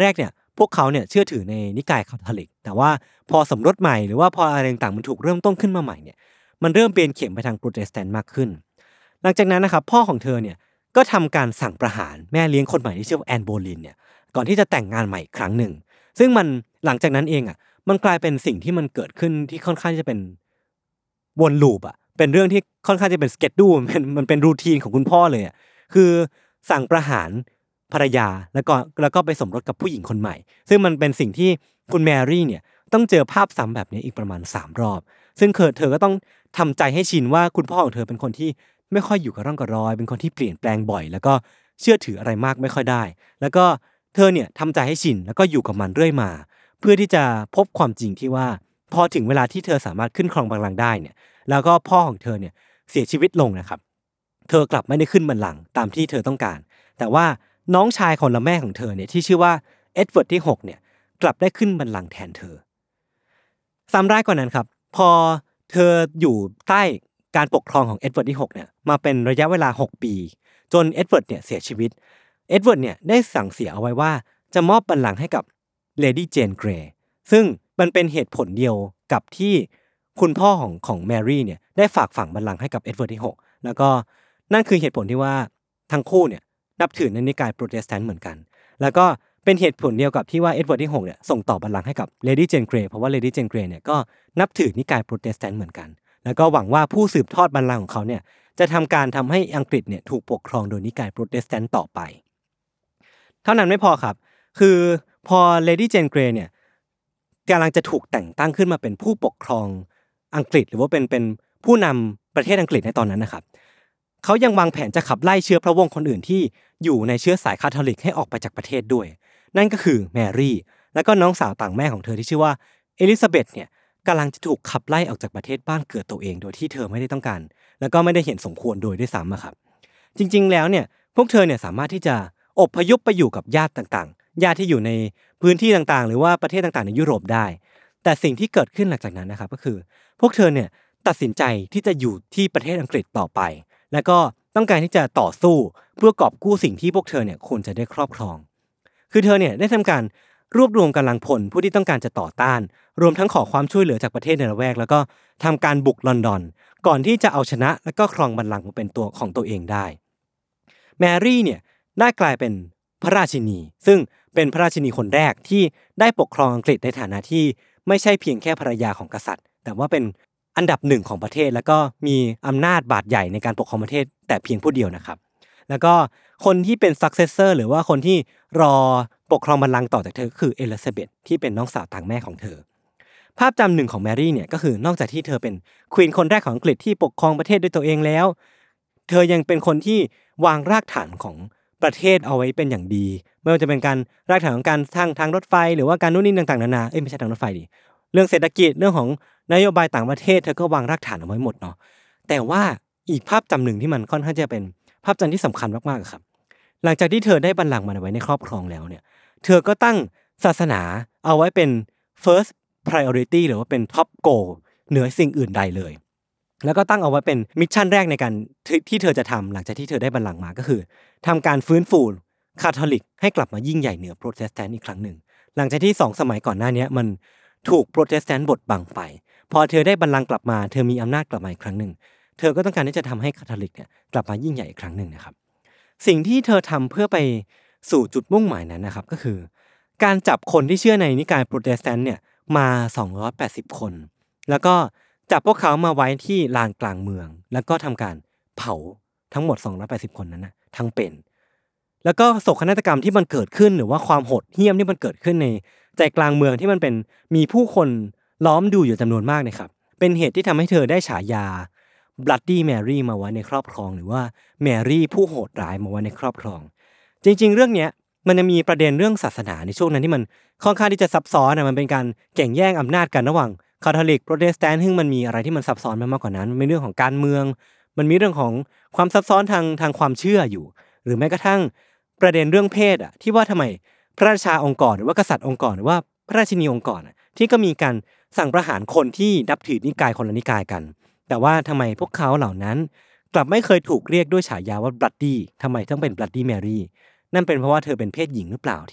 พวกเขาเนี่ยเชื่อถือในนิกายคาทอลิกแต่ว่าพอสมรสใหม่หรือว่าพออะไรต่างๆมันถูกเริ่มต้นขึ้นมาใหม่เนี่ยมันเริ่มเปลี่ยนเข็มไปทางโปรเตสแตนต์มากขึ้นหลังจากนั้นนะครับพ่อของเธอเนี่ยก็ทำการสั่งประหารแม่เลี้ยงคนใหม่ที่ชื่อว่าแอนโบลินเนี่ยก่อนที่จะแต่งงานใหม่อีกครั้งหนึ่งซึ่งมันหลังจากนั้นเองอ่ะมันกลายเป็นสิ่งที่มันเกิดขึ้นที่ค่อนข้างจะเป็นวนลูปอ่ะเป็นเรื่องที่ค่อนข้างจะเป็นสเกจดูมันเป็นมันเป็นรูทีนของคุณพ่อเลยอ่ะคือสั่งประหารภรรยาแล้วก็แล้วก็ไปสมรสกับผู้หญิงคนใหม่ซึ่งมันเป็นสิ่งที่คุณแมรี่เนี่ยต้องเจอภาพซ้ำแบบนี้อีกประมาณสามรอบซึ่งเธอก็ต้องทำใจให้ชินว่าคุณพ่อของเธอเป็นคนที่ไม่ค่อยอยู่กับร่องกับรอยเป็นคนที่เปลี่ยนแปลงบ่อยแล้วก็เชื่อถืออะไรมากไม่ค่อยได้แล้วก็เธอเนี่ยทำใจให้ชินแล้วก็อยู่กับมันเรื่อยมาเพื่อที่จะพบความจริงที่ว่าพอถึงเวลาที่เธอสามารถขึ้นครองบัลลังก์ได้เนี่ยแล้วก็พ่อของเธอเนี่ยเสียชีวิตลงนะครับเธอกลับไม่ได้ขึ้นบัลลังก์ตามที่เธอต้องการแต่ว่าน้องชายคนละแม่ของเธอเนี่ยที่ชื่อว่าเอ็ดเวิร์ดที่หกเนี่ยกลับได้ขึ้นบัลลังก์แทนเธอซ้ำร้ายกว่านั้นครับพอเธออยู่ใต้การปกครองของเอ็ดเวิร์ดที่หกเนี่ยมาเป็นระยะเวลาหกปีจนเอ็ดเวิร์ดเนี่ยเสียชีวิตเอ็ดเวิร์ดเนี่ยได้สั่งเสียเอาไว้ว่าจะมอบบัลลังก์ให้กับเลดี้เจนเกรย์ซึ่งมันเป็นเหตุผลเดียวกับที่คุณพ่อของของแมรี่เนี่ยได้ฝากฝังบัลลังก์ให้กับเอ็ดเวิร์ดที่หกแล้วก็นั่นคือเหตุผลที่ว่าทั้งคู่เนี่ยนับถือในนิกายโปรเตสแตนต์เหมือนกันแล้วก็เป็นเหตุผลเดียวกับที่ว่าเอ็ดเวิร์ดที่หกเนี่ยส่งต่อบัลลังก์ให้กับเลดี้เจนเกรย์เพราะว่าเลดี้เจนเกรย์เนี่ยก็นับถือนิกายโปรเตสแตนต์เหมือนกันแล้วก็หวังว่าผู้สืบทอดบัลลังก์ของเขาเนี่ยจะทำการทำให้อังกฤษเนี่ยถูกปกครองโดยนิกายโปรเตสแตนต์ต่อไปเท่านั้นไม่พอครับคือพอเลดี้เจนเกรย์เนี่ยกำลังจะถูกแต่งตั้งขึ้นมาเป็นผู้ปกครองอังกฤษหรือว่าเป็นเป็นผู้นำประเทศอังกฤษในตอนนั้นนะครับเขายังวางแผนจะขับไล่เชื้อพระวงศ์คนอื่นที่อยู่ในเชื้อสายคาทอลิกให้ออกไปจากประเทศด้วยนั่นก็คือแมรี่และก็น้องสาวต่างแม่ของเธอที่ชื่อว่าเอลิซาเบธเนี่ยกำลังจะถูกขับไล่ออกจากประเทศบ้านเกิดตัวเองโดยที่เธอไม่ได้ต้องการแล้วก็ไม่ได้เห็นสมควรโดยด้วยซ้ำอะครับจริงๆแล้วเนี่ยพวกเธอเนี่ยสามารถที่จะอพยพไปอยู่กับญาติต่างๆญาติที่อยู่ในพื้นที่ต่างๆหรือว่าประเทศต่างๆในยุโรปได้แต่สิ่งที่เกิดขึ้นหลังจากนั้นนะครับก็คือพวกเธอเนี่ยตัดสินใจที่จะอยู่ที่ประเทศอังกฤษต่อไปแล้วก็ต้องการที่จะต่อสู้เพื่อกอบกู้สิ่งที่พวกเธอเนี่ยควรจะได้ครอบครองคือเธอเนี่ยได้ทำการรวบรวมกำลังพลผู้ที่ต้องการจะต่อต้านรวมทั้งขอความช่วยเหลือจากประเทศในละแวกแล้วก็ทำการบุกลอนดอนก่อนที่จะเอาชนะแล้วก็ครองบัลลังก์มาเป็นตัวของตัวเองได้แมรี่เนี่ยได้กลายเป็นพระราชินีซึ่งเป็นพระราชินีคนแรกที่ได้ปกครองอังกฤษในฐานะที่ไม่ใช่เพียงแค่ภรรยาของกษัตริย์แต่ว่าเป็นอันดับหนึ่งของประเทศแล้วก็มีอำนาจบาดใหญ่ในการปกครองประเทศแต่เพียงผู้เดียวนะครับแล้วก็คนที่เป็น successor หรือว่าคนที่รอปกครองบัลลังก์ต่อจากเธอคือเอลิซาเบธที่เป็นน้องสาวต่างแม่ของเธอภาพจำหนึ่งของแมรี่เนี่ยก็คือนอกจากที่เธอเป็นควีนคนแรกของอังกฤษที่ปกครองประเทศด้วยตัวเองแล้วเธอยังเป็นคนที่วางรากฐานของประเทศเอาไว้เป็นอย่างดีไม่ว่าจะเป็นการรากฐานของการทางทางรถไฟหรือว่าการนู่นนี่ต่างๆนานาเอ้ยไม่ใช่ทางรถไฟดิเรื่องเศรษฐกิจเรื่องของนโยบายต่างประเทศเธอก็วางรากฐานเอาไว้หมดเนาะแต่ว่าอีกภาพจำหนึ่งที่มันค่อนข้างจะเป็นภาพจำที่สำคัญมากๆครับหลังจากที่เธอได้บัลลังก์มาไว้ในครอบครองแล้วเนี่ยเธอก็ตั้งศาสนาเอาไว้เป็น first priority หรือว่าเป็น top goal เหนือสิ่งอื่นใดเลยแล้วก็ตั้งเอาไว้เป็นมิชชั่นแรกในการที่เธอจะทำหลังจากที่เธอได้บัลลังก์มาก็คือทำการฟื้นฟูคาทอลิกให้กลับมายิ่งใหญ่เหนือโปรเตสแตนต์อีกครั้งหนึ่งหลังจากที่สองสมัยก่อนหน้านี้มันถูกโปรเตสแตนต์บดบังไปพอเธอได้บัลลังก์กลับมาเธอมีอำนาจกลับมาอีกครั้งหนึ่งเธอก็ต้องการที่จะทำให้คาทอลิกเนี่ยกลับมายิ่งใหญ่อีกครั้งหนึ่งนะครับสิ่งที่เธอทำเพื่อไปสู่จุดมุ่งหมายนั้นนะครับก็คือการจับคนที่เชื่อในนิกายโปรเตสแตนต์เนี่ยมาสองร้อยแปดสิบคนแล้วก็จับพวกเขามาไว้ที่ลานกลางเมืองแล้วก็ทำการเผาทั้งหมดสองร้อยแปดสิบคนนั้นนะทั้งเป็นแล้วก็โศกนาฏกรรมที่มันเกิดขึ้นหรือว่าความโหดเหี้ยมที่มันเกิดขึ้นในใจกลางเมืองที่มันเป็นมีผู้คนล้อมดูอยู่จำนวนมากนะครับเป็นเหตุที่ทำให้เธอได้ฉายา Bloody Mary มาไว้ในครอบครองหรือว่าแมรี่ผู้โหดร้ายมาไว้ในครอบครองจริงๆเรื่องเนี้ยมันจะมีประเด็นเรื่องศาสนาในช่วงนั้นที่มันค่อนข้างที่จะซับซ้อนนะมันเป็นการแข่งแย่งอำนาจกันระหว่างคาทอลิกโปรเตสแตนต์ซึ่งมันมีอะไรที่มันซับซ้อนมากกว่านั้นมันมีเรื่องของการเมืองมันมีเรื่องของความซับซ้อนทางทางความเชื่ออยู่หรือแม้กระทั่งประเด็นเรื่องเพศอ่ะที่ว่าทำไมพระราชาองค์กรหรือว่ากษัตริย์องค์กรหรือว่าพระราชินีองค์กรที่ก็มีการสั่งประหารคนที่นับถือนิกายคนละนิกายกันแต่ว่าทำไมพวกเขาเหล่านั้นกลับไม่เคยถูกเรียกด้วยฉายาว่า Bloody ทำไมต้องเป็น Bloody Mary นั่นเป็นเพราะว่าเธอเป็นเพศหญิงหรือเปล่าที่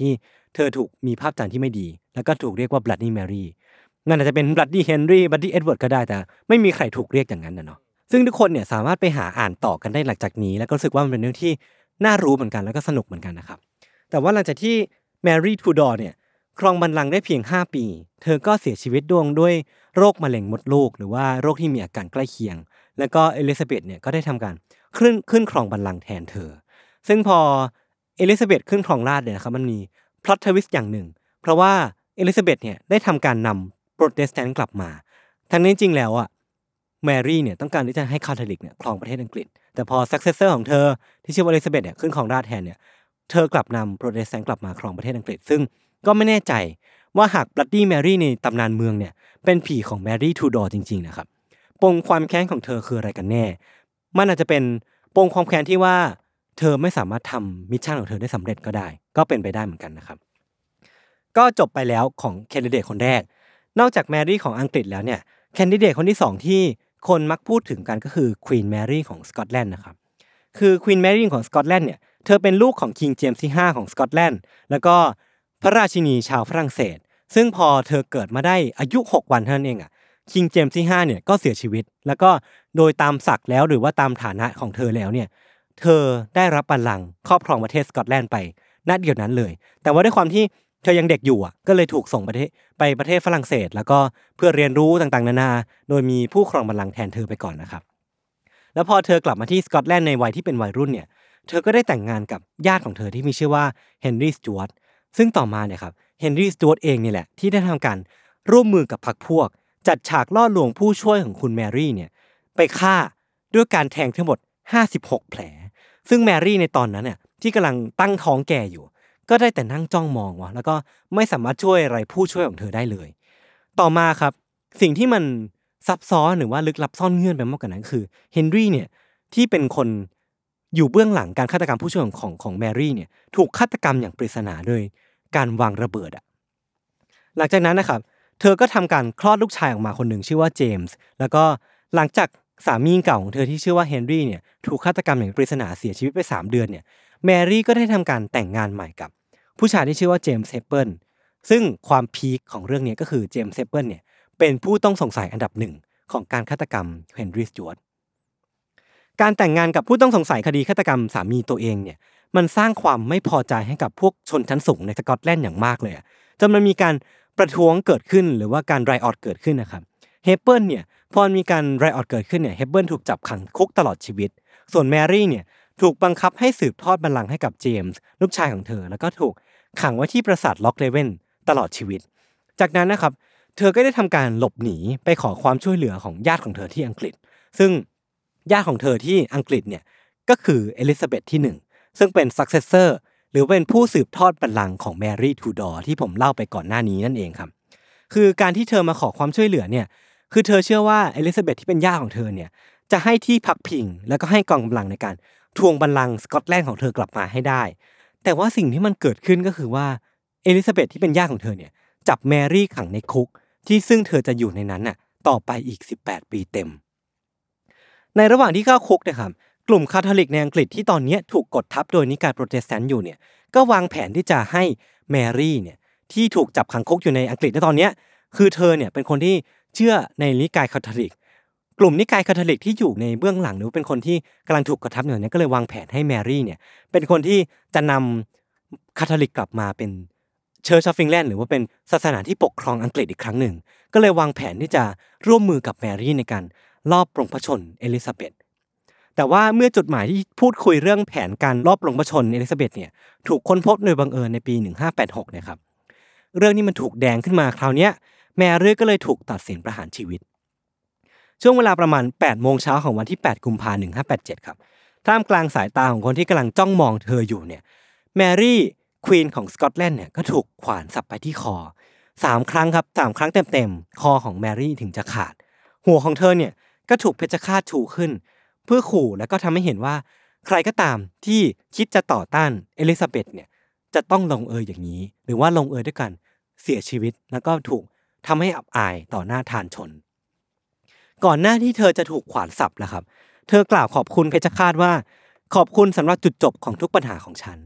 เธอถูกมีภาพจำที่ไม่ดีแล้วก็ถูกเรียกว่า Bloody Mary นั่นอาจจะเป็น Bloody Henry Bloody Edward ก็ได้แต่ไม่มีใครถูกเรียกอย่างนั้นนะเนาะซึ่งทุกคนเนี่ยสามารถไปหาอ่านต่อกันได้หลังจากนี้แล้วก็รู้สึกว่ามันเป็นเรื่องที่น่ารู้เหมือนกันแล้วก็สนุกเหมือนกันนะครับแต่ว่าหลังจากที่ Mary Tudor เนี่ยครองบัลลังก์ได้เพียงห้าปีเธอก็เสียชีวิตดวงด้วยโรคมะเร็งมดลูกหรือว่าโรคที่มีอาการใกล้เคียงแล้วก็เอลิซาเบธเนี่ยก็ได้ทำการขึ้นขึ้นครองบัลลังก์แทนเธอซึ่งพอเอลิซาเบธขึ้นครองราชย์เนี่ยนะครับมันมีพล็อตทวิสต์อย่างหนึ่งเพราะว่าเอลิซาเบธเนี่ยได้ทำการนำโปรเตสแตนต์กลับมาทั้งนี้จริงแล้วอ่ะแมรี่เนี่ยต้องการที่จะให้คาทอลิกเนี่ยครองประเทศอังกฤษแต่พอซักเซสเซอร์ของเธอที่ชื่อว่าเอลิซาเบธเนี่ยขึ้นครองราชย์แทนเนี่ยเธอกลับนำโปรเตสแตนต์กลับมาครองประเทศอังกฤษซึ่งก็ไม่แน่ใจว่าหากบลัดดี้แมรี่ในตำนานเมืองเนี่ยเป็นผีของแมรี่ทูดอร์จริงๆนะครับปมความแค้นของเธอคืออะไรกันแน่มันอาจจะเป็นปมความแค้นที่ว่าเธอไม่สามารถทำมิชชั่นของเธอได้สำเร็จก็ได้ก็เป็นไปได้เหมือนกันนะครับก็จบไปแล้วของแคนดิเดตคนแรกนอกจากแมรี่ของอังกฤษแล้วเนี่ยแคนดิเดตคนที่สองที่คนมักพูดถึงกันก็คือควีนแมรี่ของสกอตแลนด์นะครับคือควีนแมรี่ของสกอตแลนด์เนี่ยเธอเป็นลูกของคิงเจมส์ที่ห้าของสกอตแลนด์แล้วก็พระราชินีชาวฝรั่งเศสซึ่งพอเธอเกิดมาได้อายุหกวันเท่านั้นเองอ่ะคิงเจมส์ที่ห้าเนี่ยก็เสียชีวิตแล้วก็โดยตามศักดิ์แล้วหรือว่าตามฐานะของเธอแล้วเนี่ยเธอได้รับบัลลังก์ครอบครองประเทศสกอตแลนด์ไปณเดี๋ยวนั้นเลยแต่ว่าด้วยความที่เธอยังเด็กอยู่อ่ะก็เลยถูกส่งประเทศไปประเทศฝรั่งเศสแล้วก็เพื่อเรียนรู้ต่างๆนานาโดยมีผู้ครองบัลลังก์แทนเธอไปก่อนนะครับแล้วพอเธอกลับมาที่สกอตแลนด์ในวัยที่เป็นวัยรุ่นเนี่ยเธอก็ได้แต่งงานกับญาติของเธอที่มีชื่อว่าเฮนรี่สจ๊วตซึ่งต่อมาเนี่ยครับเฮนรี่สจ๊วตเองนี่แหละที่ได้ทำการร่วมมือกับพรรคพวกจัดฉากล่อลวงผู้ช่วยของคุณแมรี่เนี่ยไปฆ่าด้วยการแทงทั้งหมดห้าสิบหกแผลซึ่งแมรี่ในตอนนั้นเนี่ยที่กำลังตั้งท้องแก่อยู่ก็ได้แต่นั่งจ้องมองวะแล้วก็ไม่สามารถช่วยอะไรผู้ช่วยของเธอได้เลยต่อมาครับสิ่งที่มันซับซ้อนหรือว่าลึกลับซ่อนเงื่อนไปมากกว่านั้นคือเฮนรี่เนี่ยที่เป็นคนอยู่เบื้องหลังการฆาตกรรมผู้ช่วยของของแมรี่เนี่ยถูกฆาตกรรมอย่างปริศนาโดยการวางระเบิดอ่ะหลังจากนั้นนะครับเธอก็ทำการคลอดลูกชายออกมาคนหนึ่งชื่อว่าเจมส์แล้วก็หลังจากสามีเก่าของเธอที่ชื่อว่าเฮนรี่เนี่ยถูกฆาตกรรมอย่างปริศนาเสียชีวิตไปสามเดือนเนี่ยแมรี่ก็ได้ทำการแต่งงานใหม่กับผู้ชายที่ชื่อว่าเจมส์เฮปเปิลซึ่งความพีคของเรื่องนี้ก็คือเจมส์เฮปเปิลเนี่ยเป็นผู้ต้องสงสัยอันดับหนึ่งของการฆาตกรรมเฮนรี่สจ๊วตการแต่งงานกับผู้ต้องสงสัยคดีฆาตกรรมสามีตัวเองเนี่ยมันสร้างความไม่พอใจให้กับพวกชนชั้นสูงในสกอตแลนด์อย่างมากเลยจนมันมีการประท้วงเกิดขึ้นหรือว่าการไรออตเกิดขึ้นนะครับเฮปเปิลเนี่ยพอมีการไรออตเกิดขึ้นเนี่ยเฮปเปิลถูกจับขังคุกตลอดชีวิตส่วนแมรี่เนี่ยถูกบังคับให้สืบทอดบัลลังก์ให้กับเจมส์ลูกชายของเธอแล้วก็ถูกขังไว้ที่ปราสาทล็อกเลเว่นตลอดชีวิตจากนั้นนะครับเธอก็ได้ทำการหลบหนีไปขอความช่วยเหลือของญาติของเธอที่อังกฤษซึ่งญาติของเธอที่อังกฤษเนี่ยก็คือเอลิซาเบธที่หนึ่งซึ่งเป็นซักเซสเซอร์หรือเป็นผู้สืบทอดบัลลังก์ของแมรี่ทูดอร์ที่ผมเล่าไปก่อนหน้านี้นั่นเองครับคือการที่เธอมาขอความช่วยเหลือเนี่ยคือเธอเชื่อว่าเอลิซาเบธที่เป็นย่าของเธอเนี่ยจะให้ที่พักพิงแล้วก็ให้กองกำลังในการทวงบัลลังก์สกอตแลนด์ของเธอกลับมาให้ได้แต่ว่าสิ่งที่มันเกิดขึ้นก็คือว่าเอลิซาเบธที่เป็นย่าของเธอเนี่ยจับแมรี่ขังในคุกที่ซึ่งเธอจะอยู่ในนั้นน่ะต่อไปอีกสิบแปดปีเต็มในระหว่างที่เข้าคุกนะครับกลุ่มคาทอลิกในอังกฤษที่ตอนนี้ถูกกดทับโดยนิกายโปรเตสแตนต์อยู่เนี่ยก็วางแผนที่จะให้แมรี่เนี่ยที่ถูกจับขังคุกอยู่ในอังกฤษในตอนนี้คือเธอเนี่ยเป็นคนที่เชื่อในนิกายคาทอลิกกลุ่มนิกายคาทอลิกที่อยู่ในเบื้องหลังหรือเป็นคนที่กำลังถูกกดทับอยู่เนี่ยก็เลยวางแผนให้แมรี่เนี่ยเป็นคนที่จะนำคาทอลิกกลับมาเป็นเชิร์ชออฟอิงแลนด์หรือว่าเป็นศาสนาที่ปกครองอังกฤษอีกครั้งหนึ่งก็เลยวางแผนที่จะร่วมมือกับแมรี่ในการลอบปลงพระชนเอลิซาเบธแต่ว่าเมื่อจดหมายที่พูดคุยเรื่องแผนการลอบปลงพระชนเอลิซาเบธเนี่ยถูกค้นพบโดยบังเอิญในปีหนึ่งพันห้าร้อยแปดสิบหกเนี่ยครับเรื่องนี้มันถูกแดงขึ้นมาคราวนี้แมรี่ก็เลยถูกตัดสินประหารชีวิตช่วงเวลาประมาณ แปดโมงเช้าของวันที่แปดกุมภาพันธ์หนึ่งพันห้าร้อยแปดสิบเจ็ดครับท่ามกลางสายตาของคนที่กำลังจ้องมองเธออยู่เนี่ยแมรี่ควีนของสกอตแลนด์เนี่ยก็ถูกขวานสับไปที่คอสามครั้งครับสามครั้งเต็มๆคอของแมรี่ถึงจะขาดหัวของเธอเนี่ยก็ถูกเพชฌฆาตชูขึ้นเพื่อขู่และก็ทำให้เห็นว่าใครก็ตามที่คิดจะต่อต้านเอลิซาเบธเนี่ยจะต้องลงเอยอย่างนี้หรือว่าลงเอยด้วยกันเสียชีวิตแล้วก็ถูกทำให้อับอายต่อหน้าทานชนก่อนหน้าที่เธอจะถูกขวานสับแล้วครับเธอกล่าวขอบคุณเพชฌฆาตว่าขอบคุณสำหรับจุดจบของทุกปัญหาของฉัน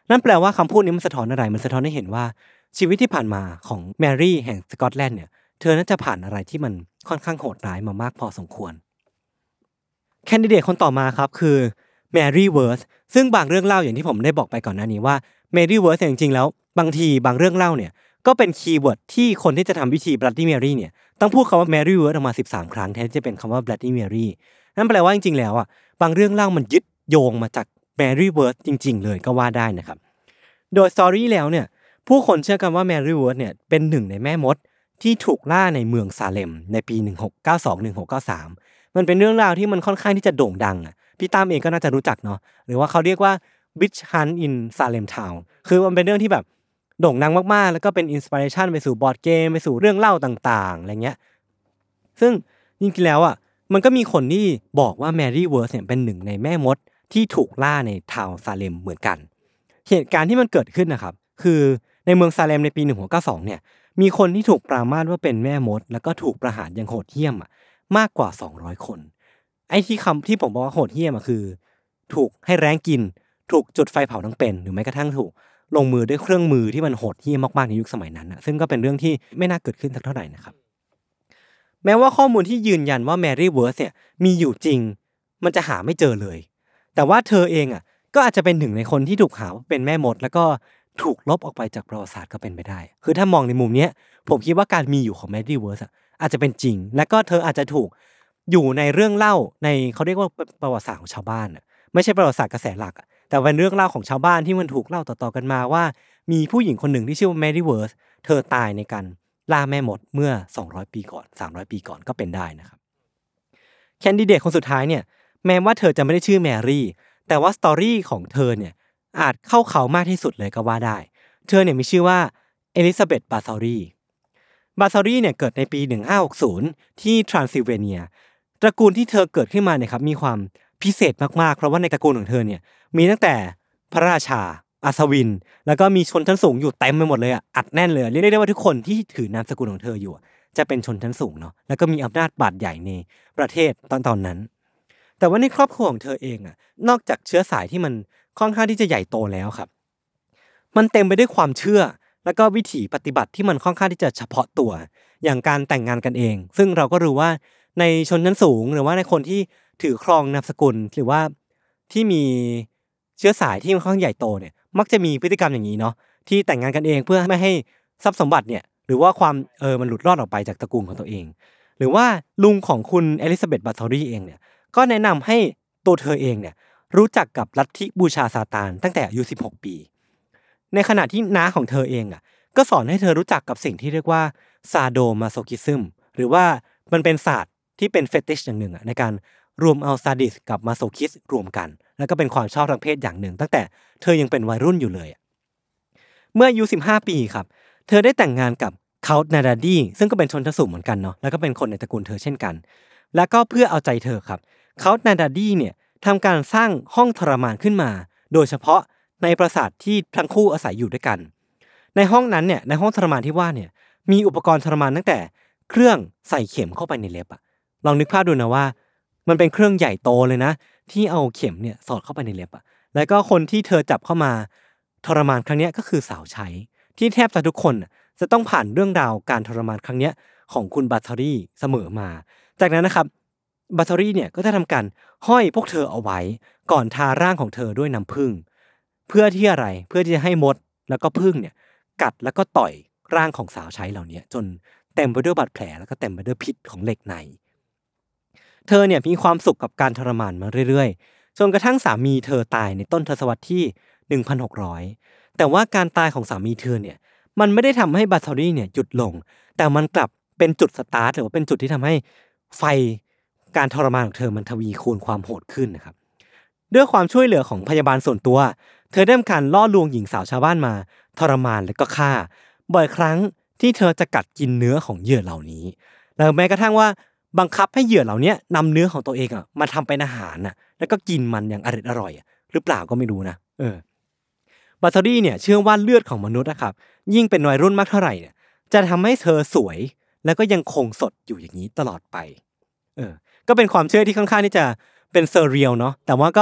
นั่นแปลว่าคำพูดนี้มันสะท้อนอะไรมันสะท้อนให้เห็นว่าชีวิตที่ผ่านมาของแมรี่แห่งสกอตแลนด์เนี่ยเธอน่าจะผ่านอะไรที่มันค่อนข้างโหดร้ายมามากพอสมควรแคนดิเดตคนต่อมาครับคือแมรี่เวิร์ธซึ่งบางเรื่องเล่าอย่างที่ผมได้บอกไปก่อนหน้านี้ว่าแมรี่เวิร์ธจริงๆแล้วบางทีบางเรื่องเล่าเนี่ยก็เป็นคีย์เวิร์ดที่คนที่จะทำพิธี Bloody Mary เนี่ยต้องพูดคำว่า Mary Word ออกมาสิบสามครั้งแทนที่จะเป็นคำว่า Bloody Mary นั่นแปลว่าจริงๆแล้วอ่ะบางเรื่องเล่ามันยึดโยงมาจาก Mary Word จริงๆเลยก็ว่าได้นะครับโดยสตอรี่แล้วเนี่ยผู้คนเชื่อกันว่า Mary Word เนี่ยเป็นหนึ่งในแม่มดที่ถูกล่าในเมืองซาเลมในปีหนึ่งหกเก้าสอง หนึ่งหกเก้าสามมันเป็นเรื่องราวที่มันค่อนข้างที่จะโด่งดังอ่ะพี่ตั้มเองก็น่าจะรู้จักเนาะหรือว่าเขาเรียกว่า Witch Hunt in Salem Town คือมันเป็นเรื่องที่แบบโด่งดังมากๆแล้วก็เป็นอินสปิเรชันไปสู่บอร์ดเกมไปสู่เรื่องเล่าต่างๆอะไรเงี้ยซึ่งจริงๆแล้วอ่ะมันก็มีคนที่บอกว่าแมรี่เวิร์ธเนี่ยเป็นหนึ่งในแม่มดที่ถูกล่าในทาวน์ซาเลมเหมือนกันเหตุการณ์ที่มันเกิดขึ้นนะครับคือในเมืองซาเลมในปีหนึ่งหกเก้าสองเนี่ยมีคนที่ถูกปรามาสว่าเป็นแม่มดแล้วก็ถูกประหารอย่างโหดเหี้ยมอ่ะมากกว่าสองร้อยคนไอ้ที่คำที่ผมบอกว่าโหดเหี้ยมอ่ะคือถูกให้แร้งกินถูกจุดไฟเผาทั้งเป็นหรือแม้กระทั่งถูกลงมือด้วยเครื่องมือที่มันโหดเหี้ยมมากๆในยุคสมัยนั้นนะซึ่งก็เป็นเรื่องที่ไม่น่าเกิดขึ้นสักเท่าไหร่นะครับแม้ว่าข้อมูลที่ยืนยันว่าแมรี่เวิร์ธเนี่ยมีอยู่จริงมันจะหาไม่เจอเลยแต่ว่าเธอเองอ่ะก็อาจจะเป็นหนึ่งในคนที่ถูกหาว่าเป็นแม่มดแล้วก็ถูกลบออกไปจากประวัติศาสตร์ก็เป็นไปได้คือถ้ามองในมุมเนี้ยผมคิดว่าการมีอยู่ของแมรี่เวิร์ธอ่ะอาจจะเป็นจริงและก็เธออาจจะถูกอยู่ในเรื่องเล่าในเขาเรียกว่าประวัติศาสตร์ของชาวบ้านอ่ะไม่ใช่ประวัติศาสตร์กระแสหลักอ่ะแต่เป็นเรื่องเล่าของชาวบ้านที่มันถูกเล่าต่อๆกันมาว่ามีผู้หญิงคนหนึ่งที่ชื่อว่าแมรี่เวิร์ธเธอตายในการล่าแม่มดเมื่อสองร้อยปีก่อนสามร้อยปีก่อนก็เป็นได้นะครับแคนดิเดตคนสุดท้ายเนี่ยแม้ว่าเธอจะไม่ได้ชื่อแมรี่แต่ว่าสตอรี่ของเธอเนี่ยอาจเข้าเขามากที่สุดเลยก็ว่าได้เธอเนี่ยมีชื่อว่าเอลิซาเบธบาซารีบาซารีเนี่ยเกิดในปีหนึ่งห้าหกศูนย์ที่ทรานซิลเวเนียตระกูลที่เธอเกิดขึ้นมาเนี่ยครับมีความพิเศษมากๆเพราะว่าในตระกูลของเธอเนี่ยมีตั้งแต่พระราชาอัศวินแล้วก็มีชนชั้นสูงอยู่เต็มไปหมดเลยอ่ะอัดแน่นเลยเรียกได้ว่าทุกคนที่ถือนามสกุลของเธออยู่จะเป็นชนชั้นสูงเนาะแล้วก็มีอำนาจบาดใหญ่ในประเทศตอนตอนนั้นแต่ว่าในครอบครัวของเธอเองอ่ะนอกจากเชื้อสายที่มันค่อนข้างที่จะใหญ่โตแล้วครับมันเต็มไปด้วยความเชื่อแล้วก็วิถีปฏิบัติที่มันค่อนข้างที่จะเฉพาะตัวอย่างการแต่งงานกันเองซึ่งเราก็รู้ว่าในชนชั้นสูงหรือว่าในคนที่ถือครองนามสกุลหรือว่าที่มีเชื้อสายที่ค่อนข้างใหญ่โตเนี่ยมักจะมีพฤติกรรมอย่างนี้เนาะที่แต่งงานกันเองเพื่อไม่ให้ทรัพย์สมบัติเนี่ยหรือว่าความเออมันหลุดรอดออกไปจากตระกูลของตัวเองหรือว่าลุงของคุณเอลิซาเบธบาซารีเองเนี่ยก็แนะนำให้ตัวเธอเองเนี่ยรู้จักกับลัทธิบูชาซาตานตั้งแต่อายุสิบหกปีในขณะที่น้าของเธอเองอ่ะก็สอนให้เธอรู้จักกับสิ่งที่เรียกว่าซาโดมาโซคิซึมหรือว่ามันเป็นศาสตร์ที่เป็นเฟติชอย่างหนึ่งอ่ะในการรวมเอาซาดิสกับมาโซคิสรวมกันแล้วก็เป็นความชอบทางเพศอย่างหนึ่งตั้งแต่เธอยังเป็นวัยรุ่นอยู่เลยเมื่ออายุสิบห้าปีครับเธอได้แต่งงานกับคาวต์นาดาดีซึ่งก็เป็นชนชั้นสูงเหมือนกันเนาะแล้วก็เป็นคนในตระกูลเธอเช่นกันแล้วก็เพื่อเอาใจเธอครับคาวต์นาดาดีเนี่ยทำการสร้างห้องทรมานขึ้นมาโดยเฉพาะในปราสาทที่ทั้งคู่อาศัยอยู่ด้วยกันในห้องนั้นเนี่ยในห้องทรมานที่ว่าเนี่ยมีอุปกรณ์ทรมานตั้งแต่เครื่องใส่เข็มเข้าไปในเล็บอะลองนึกภาพดูนะว่ามันเป็นเครื่องใหญ่โตเลยนะที่เอาเข็มเนี่ยสอดเข้าไปในเล็บอะแล้วก็คนที่เธอจับเข้ามาทรมานครั้งนี้ก็คือสาวใช้ที่แทบจะทุกคนจะต้องผ่านเรื่องราวการทรมานครั้งนี้ของคุณบาซารีเสมอมาจากนั้นนะครับบาซารีเนี่ยก็จะทำการห้อยพวกเธอเอาไว้ก่อนทาร่างของเธอด้วยน้ำผึ้งเพื่อที่อะไรเพื่อที่จะให้มดแล้วก็ผึ้งเนี่ยกัดแล้วก็ต่อยร่างของสาวใช้เหล่านี้จนเต็มไปด้วยบาดแผลแล้วก็เต็มไปด้วยพิษของเหล็กในเธอเนี่ยมีความสุขกับการทรมานมาเรื่อยๆจนกระทั่งสามีเธอตายในต้นทศวรรษที่หนึ่งพันหกร้อยแต่ว่าการตายของสามีเธอเนี่ยมันไม่ได้ทำให้บาซารีเนี่ยหยุดลงแต่มันกลับเป็นจุดสตาร์ทหรือว่าเป็นจุดที่ทำให้ไฟการทรมานของเธอมันทวีคูณความโหดขึ้นนะครับด้วยความช่วยเหลือของพยาบาลส่วนตัวเธอได้ทำการล่อลวงหญิงสาวชาวบ้านมาทรมานและก็ฆ่าบ่อยครั้งที่เธอจะกัดกินเนื้อของเหยื่อเหล่านี้แล้วแม้กระทั่งว่าบังคับให้เหยื่อเหล่านี้นำเนื้อของตัวเองอ่ะมาทำเป็นอาหารน่ะแล้วก็กินมันอย่างอร่อยอร่อยหรือเปล่าก็ไม่รู้นะเออบาซารีเนี่ยเชื่อว่าเลือดของมนุษย์นะครับยิ่งเป็นวัยรุ่นมากเท่าไหร่เนี่ยจะทำให้เธอสวยแล้วก็ยังคงสดอยู่อย่างนี้ตลอดไปเออก็เป็นความเชื่อที่ค่อนข้างที่จะเป็นเซอร์เรียลเนาะแต่ว่าก็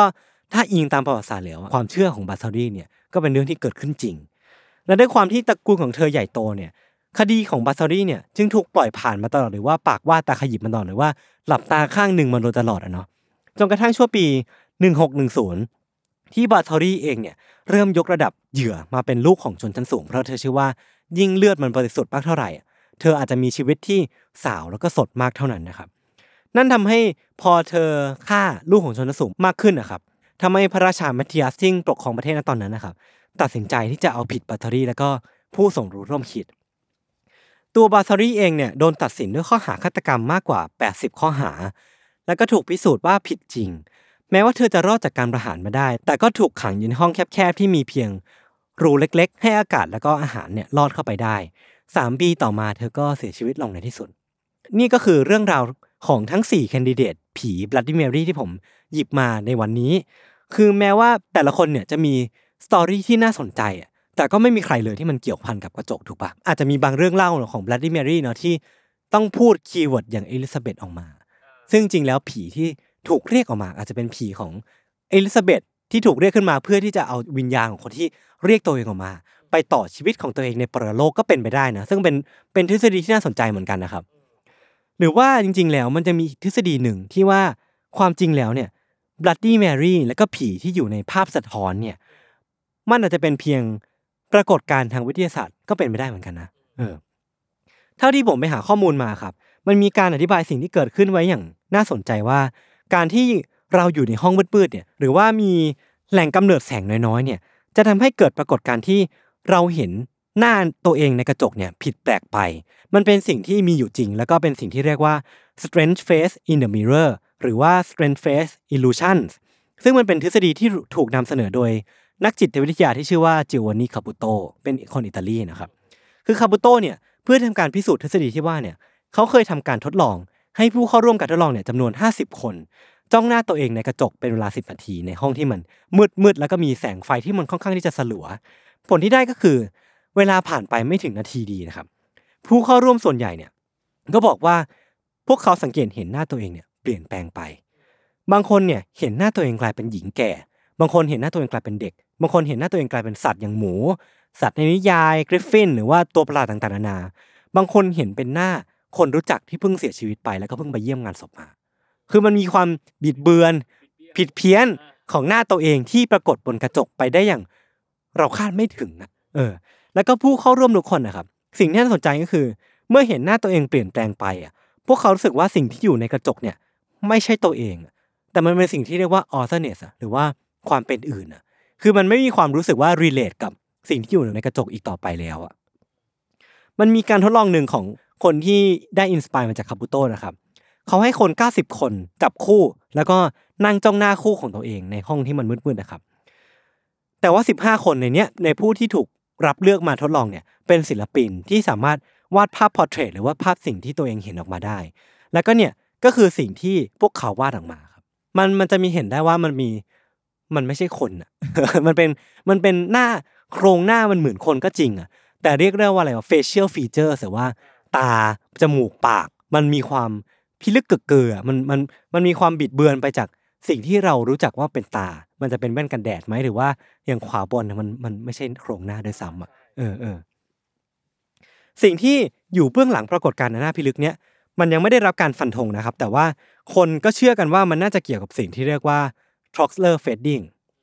ถ้าอิงตามประวัติศาสตร์แล้วความเชื่อของบาซารีเนี่ยก็เป็นเรื่องที่เกิดขึ้นจริงและด้วยความที่ตระกูลของเธอใหญ่โตเนี่ยคดีของบาซารีเนี่ยจึงถูกปล่อยผ่านมาตลอดหรือว่าปากว่าตาขยิบมาตลอดหรือว่าหลับตาข้างหนึ่งมาโดยตลอดอ่ะเนาะจนกระทั่งช่วงปีหนึ่งหกหนึ่งศูนย์ที่บาซารีเองเนี่ยเริ่มยกระดับเหยื่อมาเป็นลูกของชนชั้นสูงเพราะเธอเชื่อว่ายิ่งเลือดมันบริสุทธิ์มากเท่าไหร่เธออาจจะมีชีวิตที่สาวแล้วก็สดมากเท่านั้นนะครับนั่นทำให้พอเธอฆ่าลูกของชนชั้นสูงมากขึ้นนะครับทำให้พระราชาแมทธิอัสที่ปกครองประเทศณตอนนั้นนะครับตัดสินใจที่จะเอาผิดบาซารีแล้วก็ผู้สมรู้ร่วมคิดตัวบาซารีเองเนี่ยโดนตัดสินด้วยข้อหาฆาตกรรมมากกว่าแปดสิบข้อหาแล้วก็ถูกพิสูจน์ว่าผิดจริงแม้ว่าเธอจะรอดจากการประหารมาได้แต่ก็ถูกขังอยู่ในห้องแคบๆที่มีเพียงรูเล็กๆให้อากาศแล้วก็อาหารเนี่ยลอดเข้าไปได้สามปีต่อมาเธอก็เสียชีวิตลงในที่สุดนี่ก็คือเรื่องราวของทั้งสี่แคนดิเดตผี Bloody Mary ที่ผมหยิบมาในวันนี้คือแม้ว่าแต่ละคนเนี่ยจะมีสตอรี่ที่น่าสนใจอ่ะแต่ก็ไม่มีใครเลยที่มันเกี่ยวพันกับกระจกถูกปะอาจจะมีบางเรื่องเล่าของ Bloody Mary เนาะที่ต้องพูดคีย์เวิร์ดอย่างเอลิซาเบธออกมาซึ่งจริงแล้วผีที่ถูกเรียกออกมาอาจจะเป็นผีของเอลิซาเบธที่ถูกเรียกขึ้นมาเพื่อที่จะเอาวิญญาณของคนที่เรียกตัวเองออกมาไปต่อชีวิตของตัวเองในปรโลกก็เป็นไปได้นะซึ่งเป็นเป็นทฤษฎีที่น่าสนใจเหมือนกันนะครับหรือว่าจริงๆแล้วมันจะมีทฤษฎีหนึ่งที่ว่าความจริงแล้วเนี่ย Bloody Mary แล้วก็ผีที่อยู่ในภาพสะท้อนเนี่ยมันอาจจะเป็นเพียงปรากฏการณ์ทางวิทยาศาสตร์ก็เป็นไปได้เหมือนกันนะเออเท่าที่ผมไปหาข้อมูลมาครับมันมีการอธิบายสิ่งที่เกิดขึ้นไว้อย่างน่าสนใจว่าการที่เราอยู่ในห้องมืดๆเนี่ยหรือว่ามีแหล่งกำเนิดแสงน้อยๆเนี่ยจะทำให้เกิดปรากฏการณ์ที่เราเห็นหน้าตัวเองในกระจกเนี่ยผิดแปลกไปมันเป็นสิ่งที่มีอยู่จริงแล้วก็เป็นสิ่งที่เรียกว่า strange face in the mirror หรือว่า strange face illusions ซึ่งมันเป็นทฤษฎีที่ถูกนำเสนอโดยนักจิตวิทยาที่ชื่อว่าจิโวานนีคาปูโตเป็นคนอิตาลีนะครับคือคาปูโตเนี่ยเพื่อทำการพิสูจน์ทฤษฎีที่ว่าเนี่ยเขาเคยทำการทดลองให้ผู้เข้าร่วมการทดลองเนี่ยจำนวนห้าสิบคนจ้องหน้าตัวเองในกระจกเป็นเวลาสิบนาทีในห้องที่มันมืดๆแล้วก็มีแสงไฟที่มันค่อนข้างที่จะสลัวผลที่ได้ก็คือเวลาผ่านไปไม่ถึงนาทีดีนะครับผู้เข้าร่วมส่วนใหญ่เนี่ยก็บอกว่าพวกเขาสังเกตเห็นหน้าตัวเองเนี่ยเปลี่ยนแปลงไปบางคนเนี่ยเห็นหน้าตัวเองกลายเป็นหญิงแก่บางคนเห็นหน้าตัวเองกลายเป็นเด็กบางคนเห็นหน้าตัวเองกลายเป็นสัตว์อย่างหมูสัตว์ในนิยายกริฟฟินหรือว่าตัวประหลาดต่างๆนานาบางคนเห็นเป็นหน้าคนรู้จักที่เพิ่งเสียชีวิตไปแล้วก็เพิ่งไปเยี่ยมงานศพมาคือมันมีความบิดเบือนผิดเพี้ยนของหน้าตัวเองที่ปรากฏบนกระจกไปได้อย่างเราคาดไม่ถึงนะเออแล้วก็ผู้เข้าร่วมทุกคนนะครับสิ่งที่น่าสนใจก็คือเมื่อเห็นหน้าตัวเองเปลี่ยนแปลงไปอ่ะพวกเขารู้สึกว่าสิ่งที่อยู่ในกระจกเนี่ยไม่ใช่ตัวเองแต่มันเป็นสิ่งที่เรียกว่า alternate หรือว่าความเป็นอื่นอ่ะคือมันไม่มีความรู้สึกว่า relate กับสิ่งที่อยู่ในกระจกอีกต่อไปแล้วอ่ะมันมีการทดลองหนึ่งของคนที่ได้อินสไปร์มาจากคาปูโตนะครับเขาให้คนเก้าสิบคนจับคู่แล้วก็นั่งจ้องหน้าคู่ของตัวเองในห้องที่มันมืดๆนะครับแต่ว่าสิบห้าคนในเนี้ยในผู้ที่ถูกรับเลือกมาทดลองเนี่ยเป็นศิลปินที่สามารถวาดภาพพอร์เทรตหรือว่าภาพสิ่งที่ตัวเองเห็นออกมาได้แล้วก็เนี่ยก็คือสิ่งที่พวกเขาวาดออกมาครับมันมันจะมีเห็นได้ว่ามันมีมันไม่ใช่คนอ่ะ มันเป็นมันเป็นหน้าโครงหน้ามันเหมือนคนก็จริงอ่ะแต่เรียกได้ว่าอะไรว่า facial features หรือว่าตาจมูกปากมันมีความพิลึกกึกกืออ่ะมันมันมันมีความบิดเบือนไปจากสิ่งที่เรารู้จักว่าเป็นตามันจะเป็นแว่นกันแดดไหมหรือว่าอย่างขวาบนมันมันไม่ใช่โครงหน้าด้วยซ้ำอ่ะเออเออสิ่งที่อยู่เบื้องหลังปรากฏการณ์หน้าพิลึกเนี้ยมันยังไม่ได้รับการฟันธงนะครับแต่ว่าคนก็เชื่อกันว่ามันน่าจะเกี่ยวกับสิ่งที่เรียกว่า Troxler fading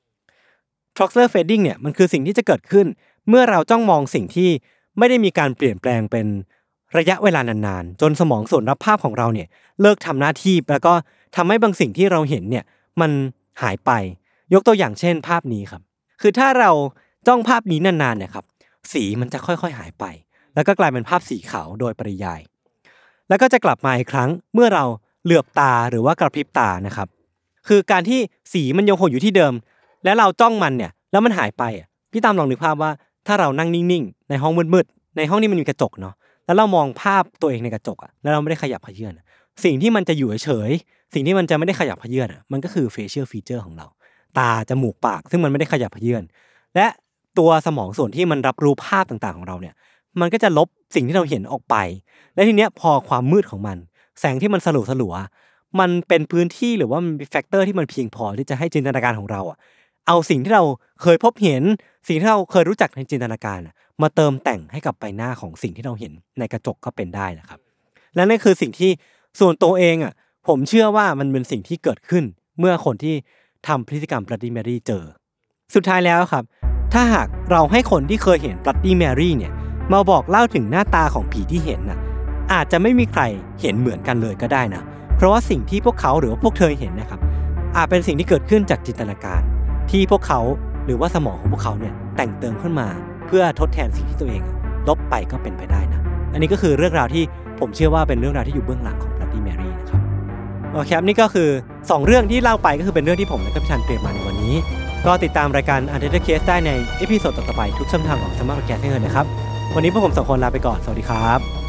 Troxler fading เนี่ยมันคือสิ่งที่จะเกิดขึ้นเมื่อเราจ้องมองสิ่งที่ไม่ได้มีการเปลี่ยนแปลงเป็นระยะเวลานานๆจนสมองส่วนรับภาพของเราเนี่ยเลิกทำหน้าที่แล้วก็ทำให้บางสิ่งที่เราเห็นเนี่ยมันหายไปยกตัวอย่างเช่นภาพนี้ครับคือถ้าเราจ้องภาพนี้นานๆเนี่ยครับสีมันจะค่อยๆหายไปแล้วก็กลายเป็นภาพสีขาวโดยปริยายแล้วก็จะกลับมาอีกครั้งเมื่อเราเหลือบตาหรือว่ากระพริบตานะครับคือการที่สีมันยังคงอยู่ที่เดิมแล้วเราจ้องมันเนี่ยแล้วมันหายไปอ่ะพี่ตามลองนึกภาพว่าถ้าเรานั่งนิ่งๆในห้องมืดๆในห้องที่มันมีกระจกเนาะแล้วเรามองภาพตัวเองในกระจกอ่ะแล้วเราไม่ได้ขยับเขยื้อนสิ่งที่มันจะอยู่เฉยๆสิ่งที่มันจะไม่ได้ขยับเขยื้อนอ่ะมันก็คือ facial feature ของเราตาจมูกปากซึ่งมันไม่ได้ขยับเขยื้อนและตัวสมองส่วนที่มันรับรู้ภาพต่างๆของเราเนี่ยมันก็จะลบสิ่งที่เราเห็นออกไปและทีเนี้ยพอความมืดของมันแสงที่มันสลัวสลัวมันเป็นพื้นที่หรือว่ามันมีแฟกเตอร์ที่มันเพียงพอที่จะให้จินตนาการของเราอ่ะเอาสิ่งที่เราเคยพบเห็นสิ่งที่เราเคยรู้จักในจินตนาการมาเติมแต่งให้กับใบหน้าของสิ่งที่เราเห็นในกระจกก็เป็นได้นะครับและนั่นคือสิ่งที่ส่วนตัวเองอ่ะผมเชื่อว่ามันเป็นสิ่งที่เกิดขึ้นเมื่อคนที่ทำพฤติกรรม Bloody Mary เจอสุดท้ายแล้วครับถ้าหากเราให้คนที่เคยเห็น Bloody Mary เนี่ยมาบอกเล่าถึงหน้าตาของผีที่เห็นน่ะอาจจะไม่มีใครเห็นเหมือนกันเลยก็ได้นะเพราะว่าสิ่งที่พวกเขาหรือว่าพวกเธอเห็นนะครับอาจเป็นสิ่งที่เกิดขึ้นจากจินตนาการที่พวกเขาหรือว่าสมองของพวกเขาเนี่ยแต่งเติมขึ้นมาเพื่อทดแทนสิ่งที่ตัวเองลบไปก็เป็นไปได้นะอันนี้ก็คือเรื่องราวที่ผมเชื่อว่าเป็นเรื่องราวที่อยู่เบื้องหลังของ Bloody Mary นะครับโอเคครับนี่ก็คือสองเรื่องที่เล่าไปก็คือเป็นเรื่องที่ผมและพี่ชันเตรียมมาในวันนี้ก็ติดตามรายการ Untitled Case ได้ในเอพิโซดต่อๆไปทุกช่องทางของ Smart Podcast เลยนะครับวันนี้พวกผมสองคนลาไปก่อนสวัสดีครับ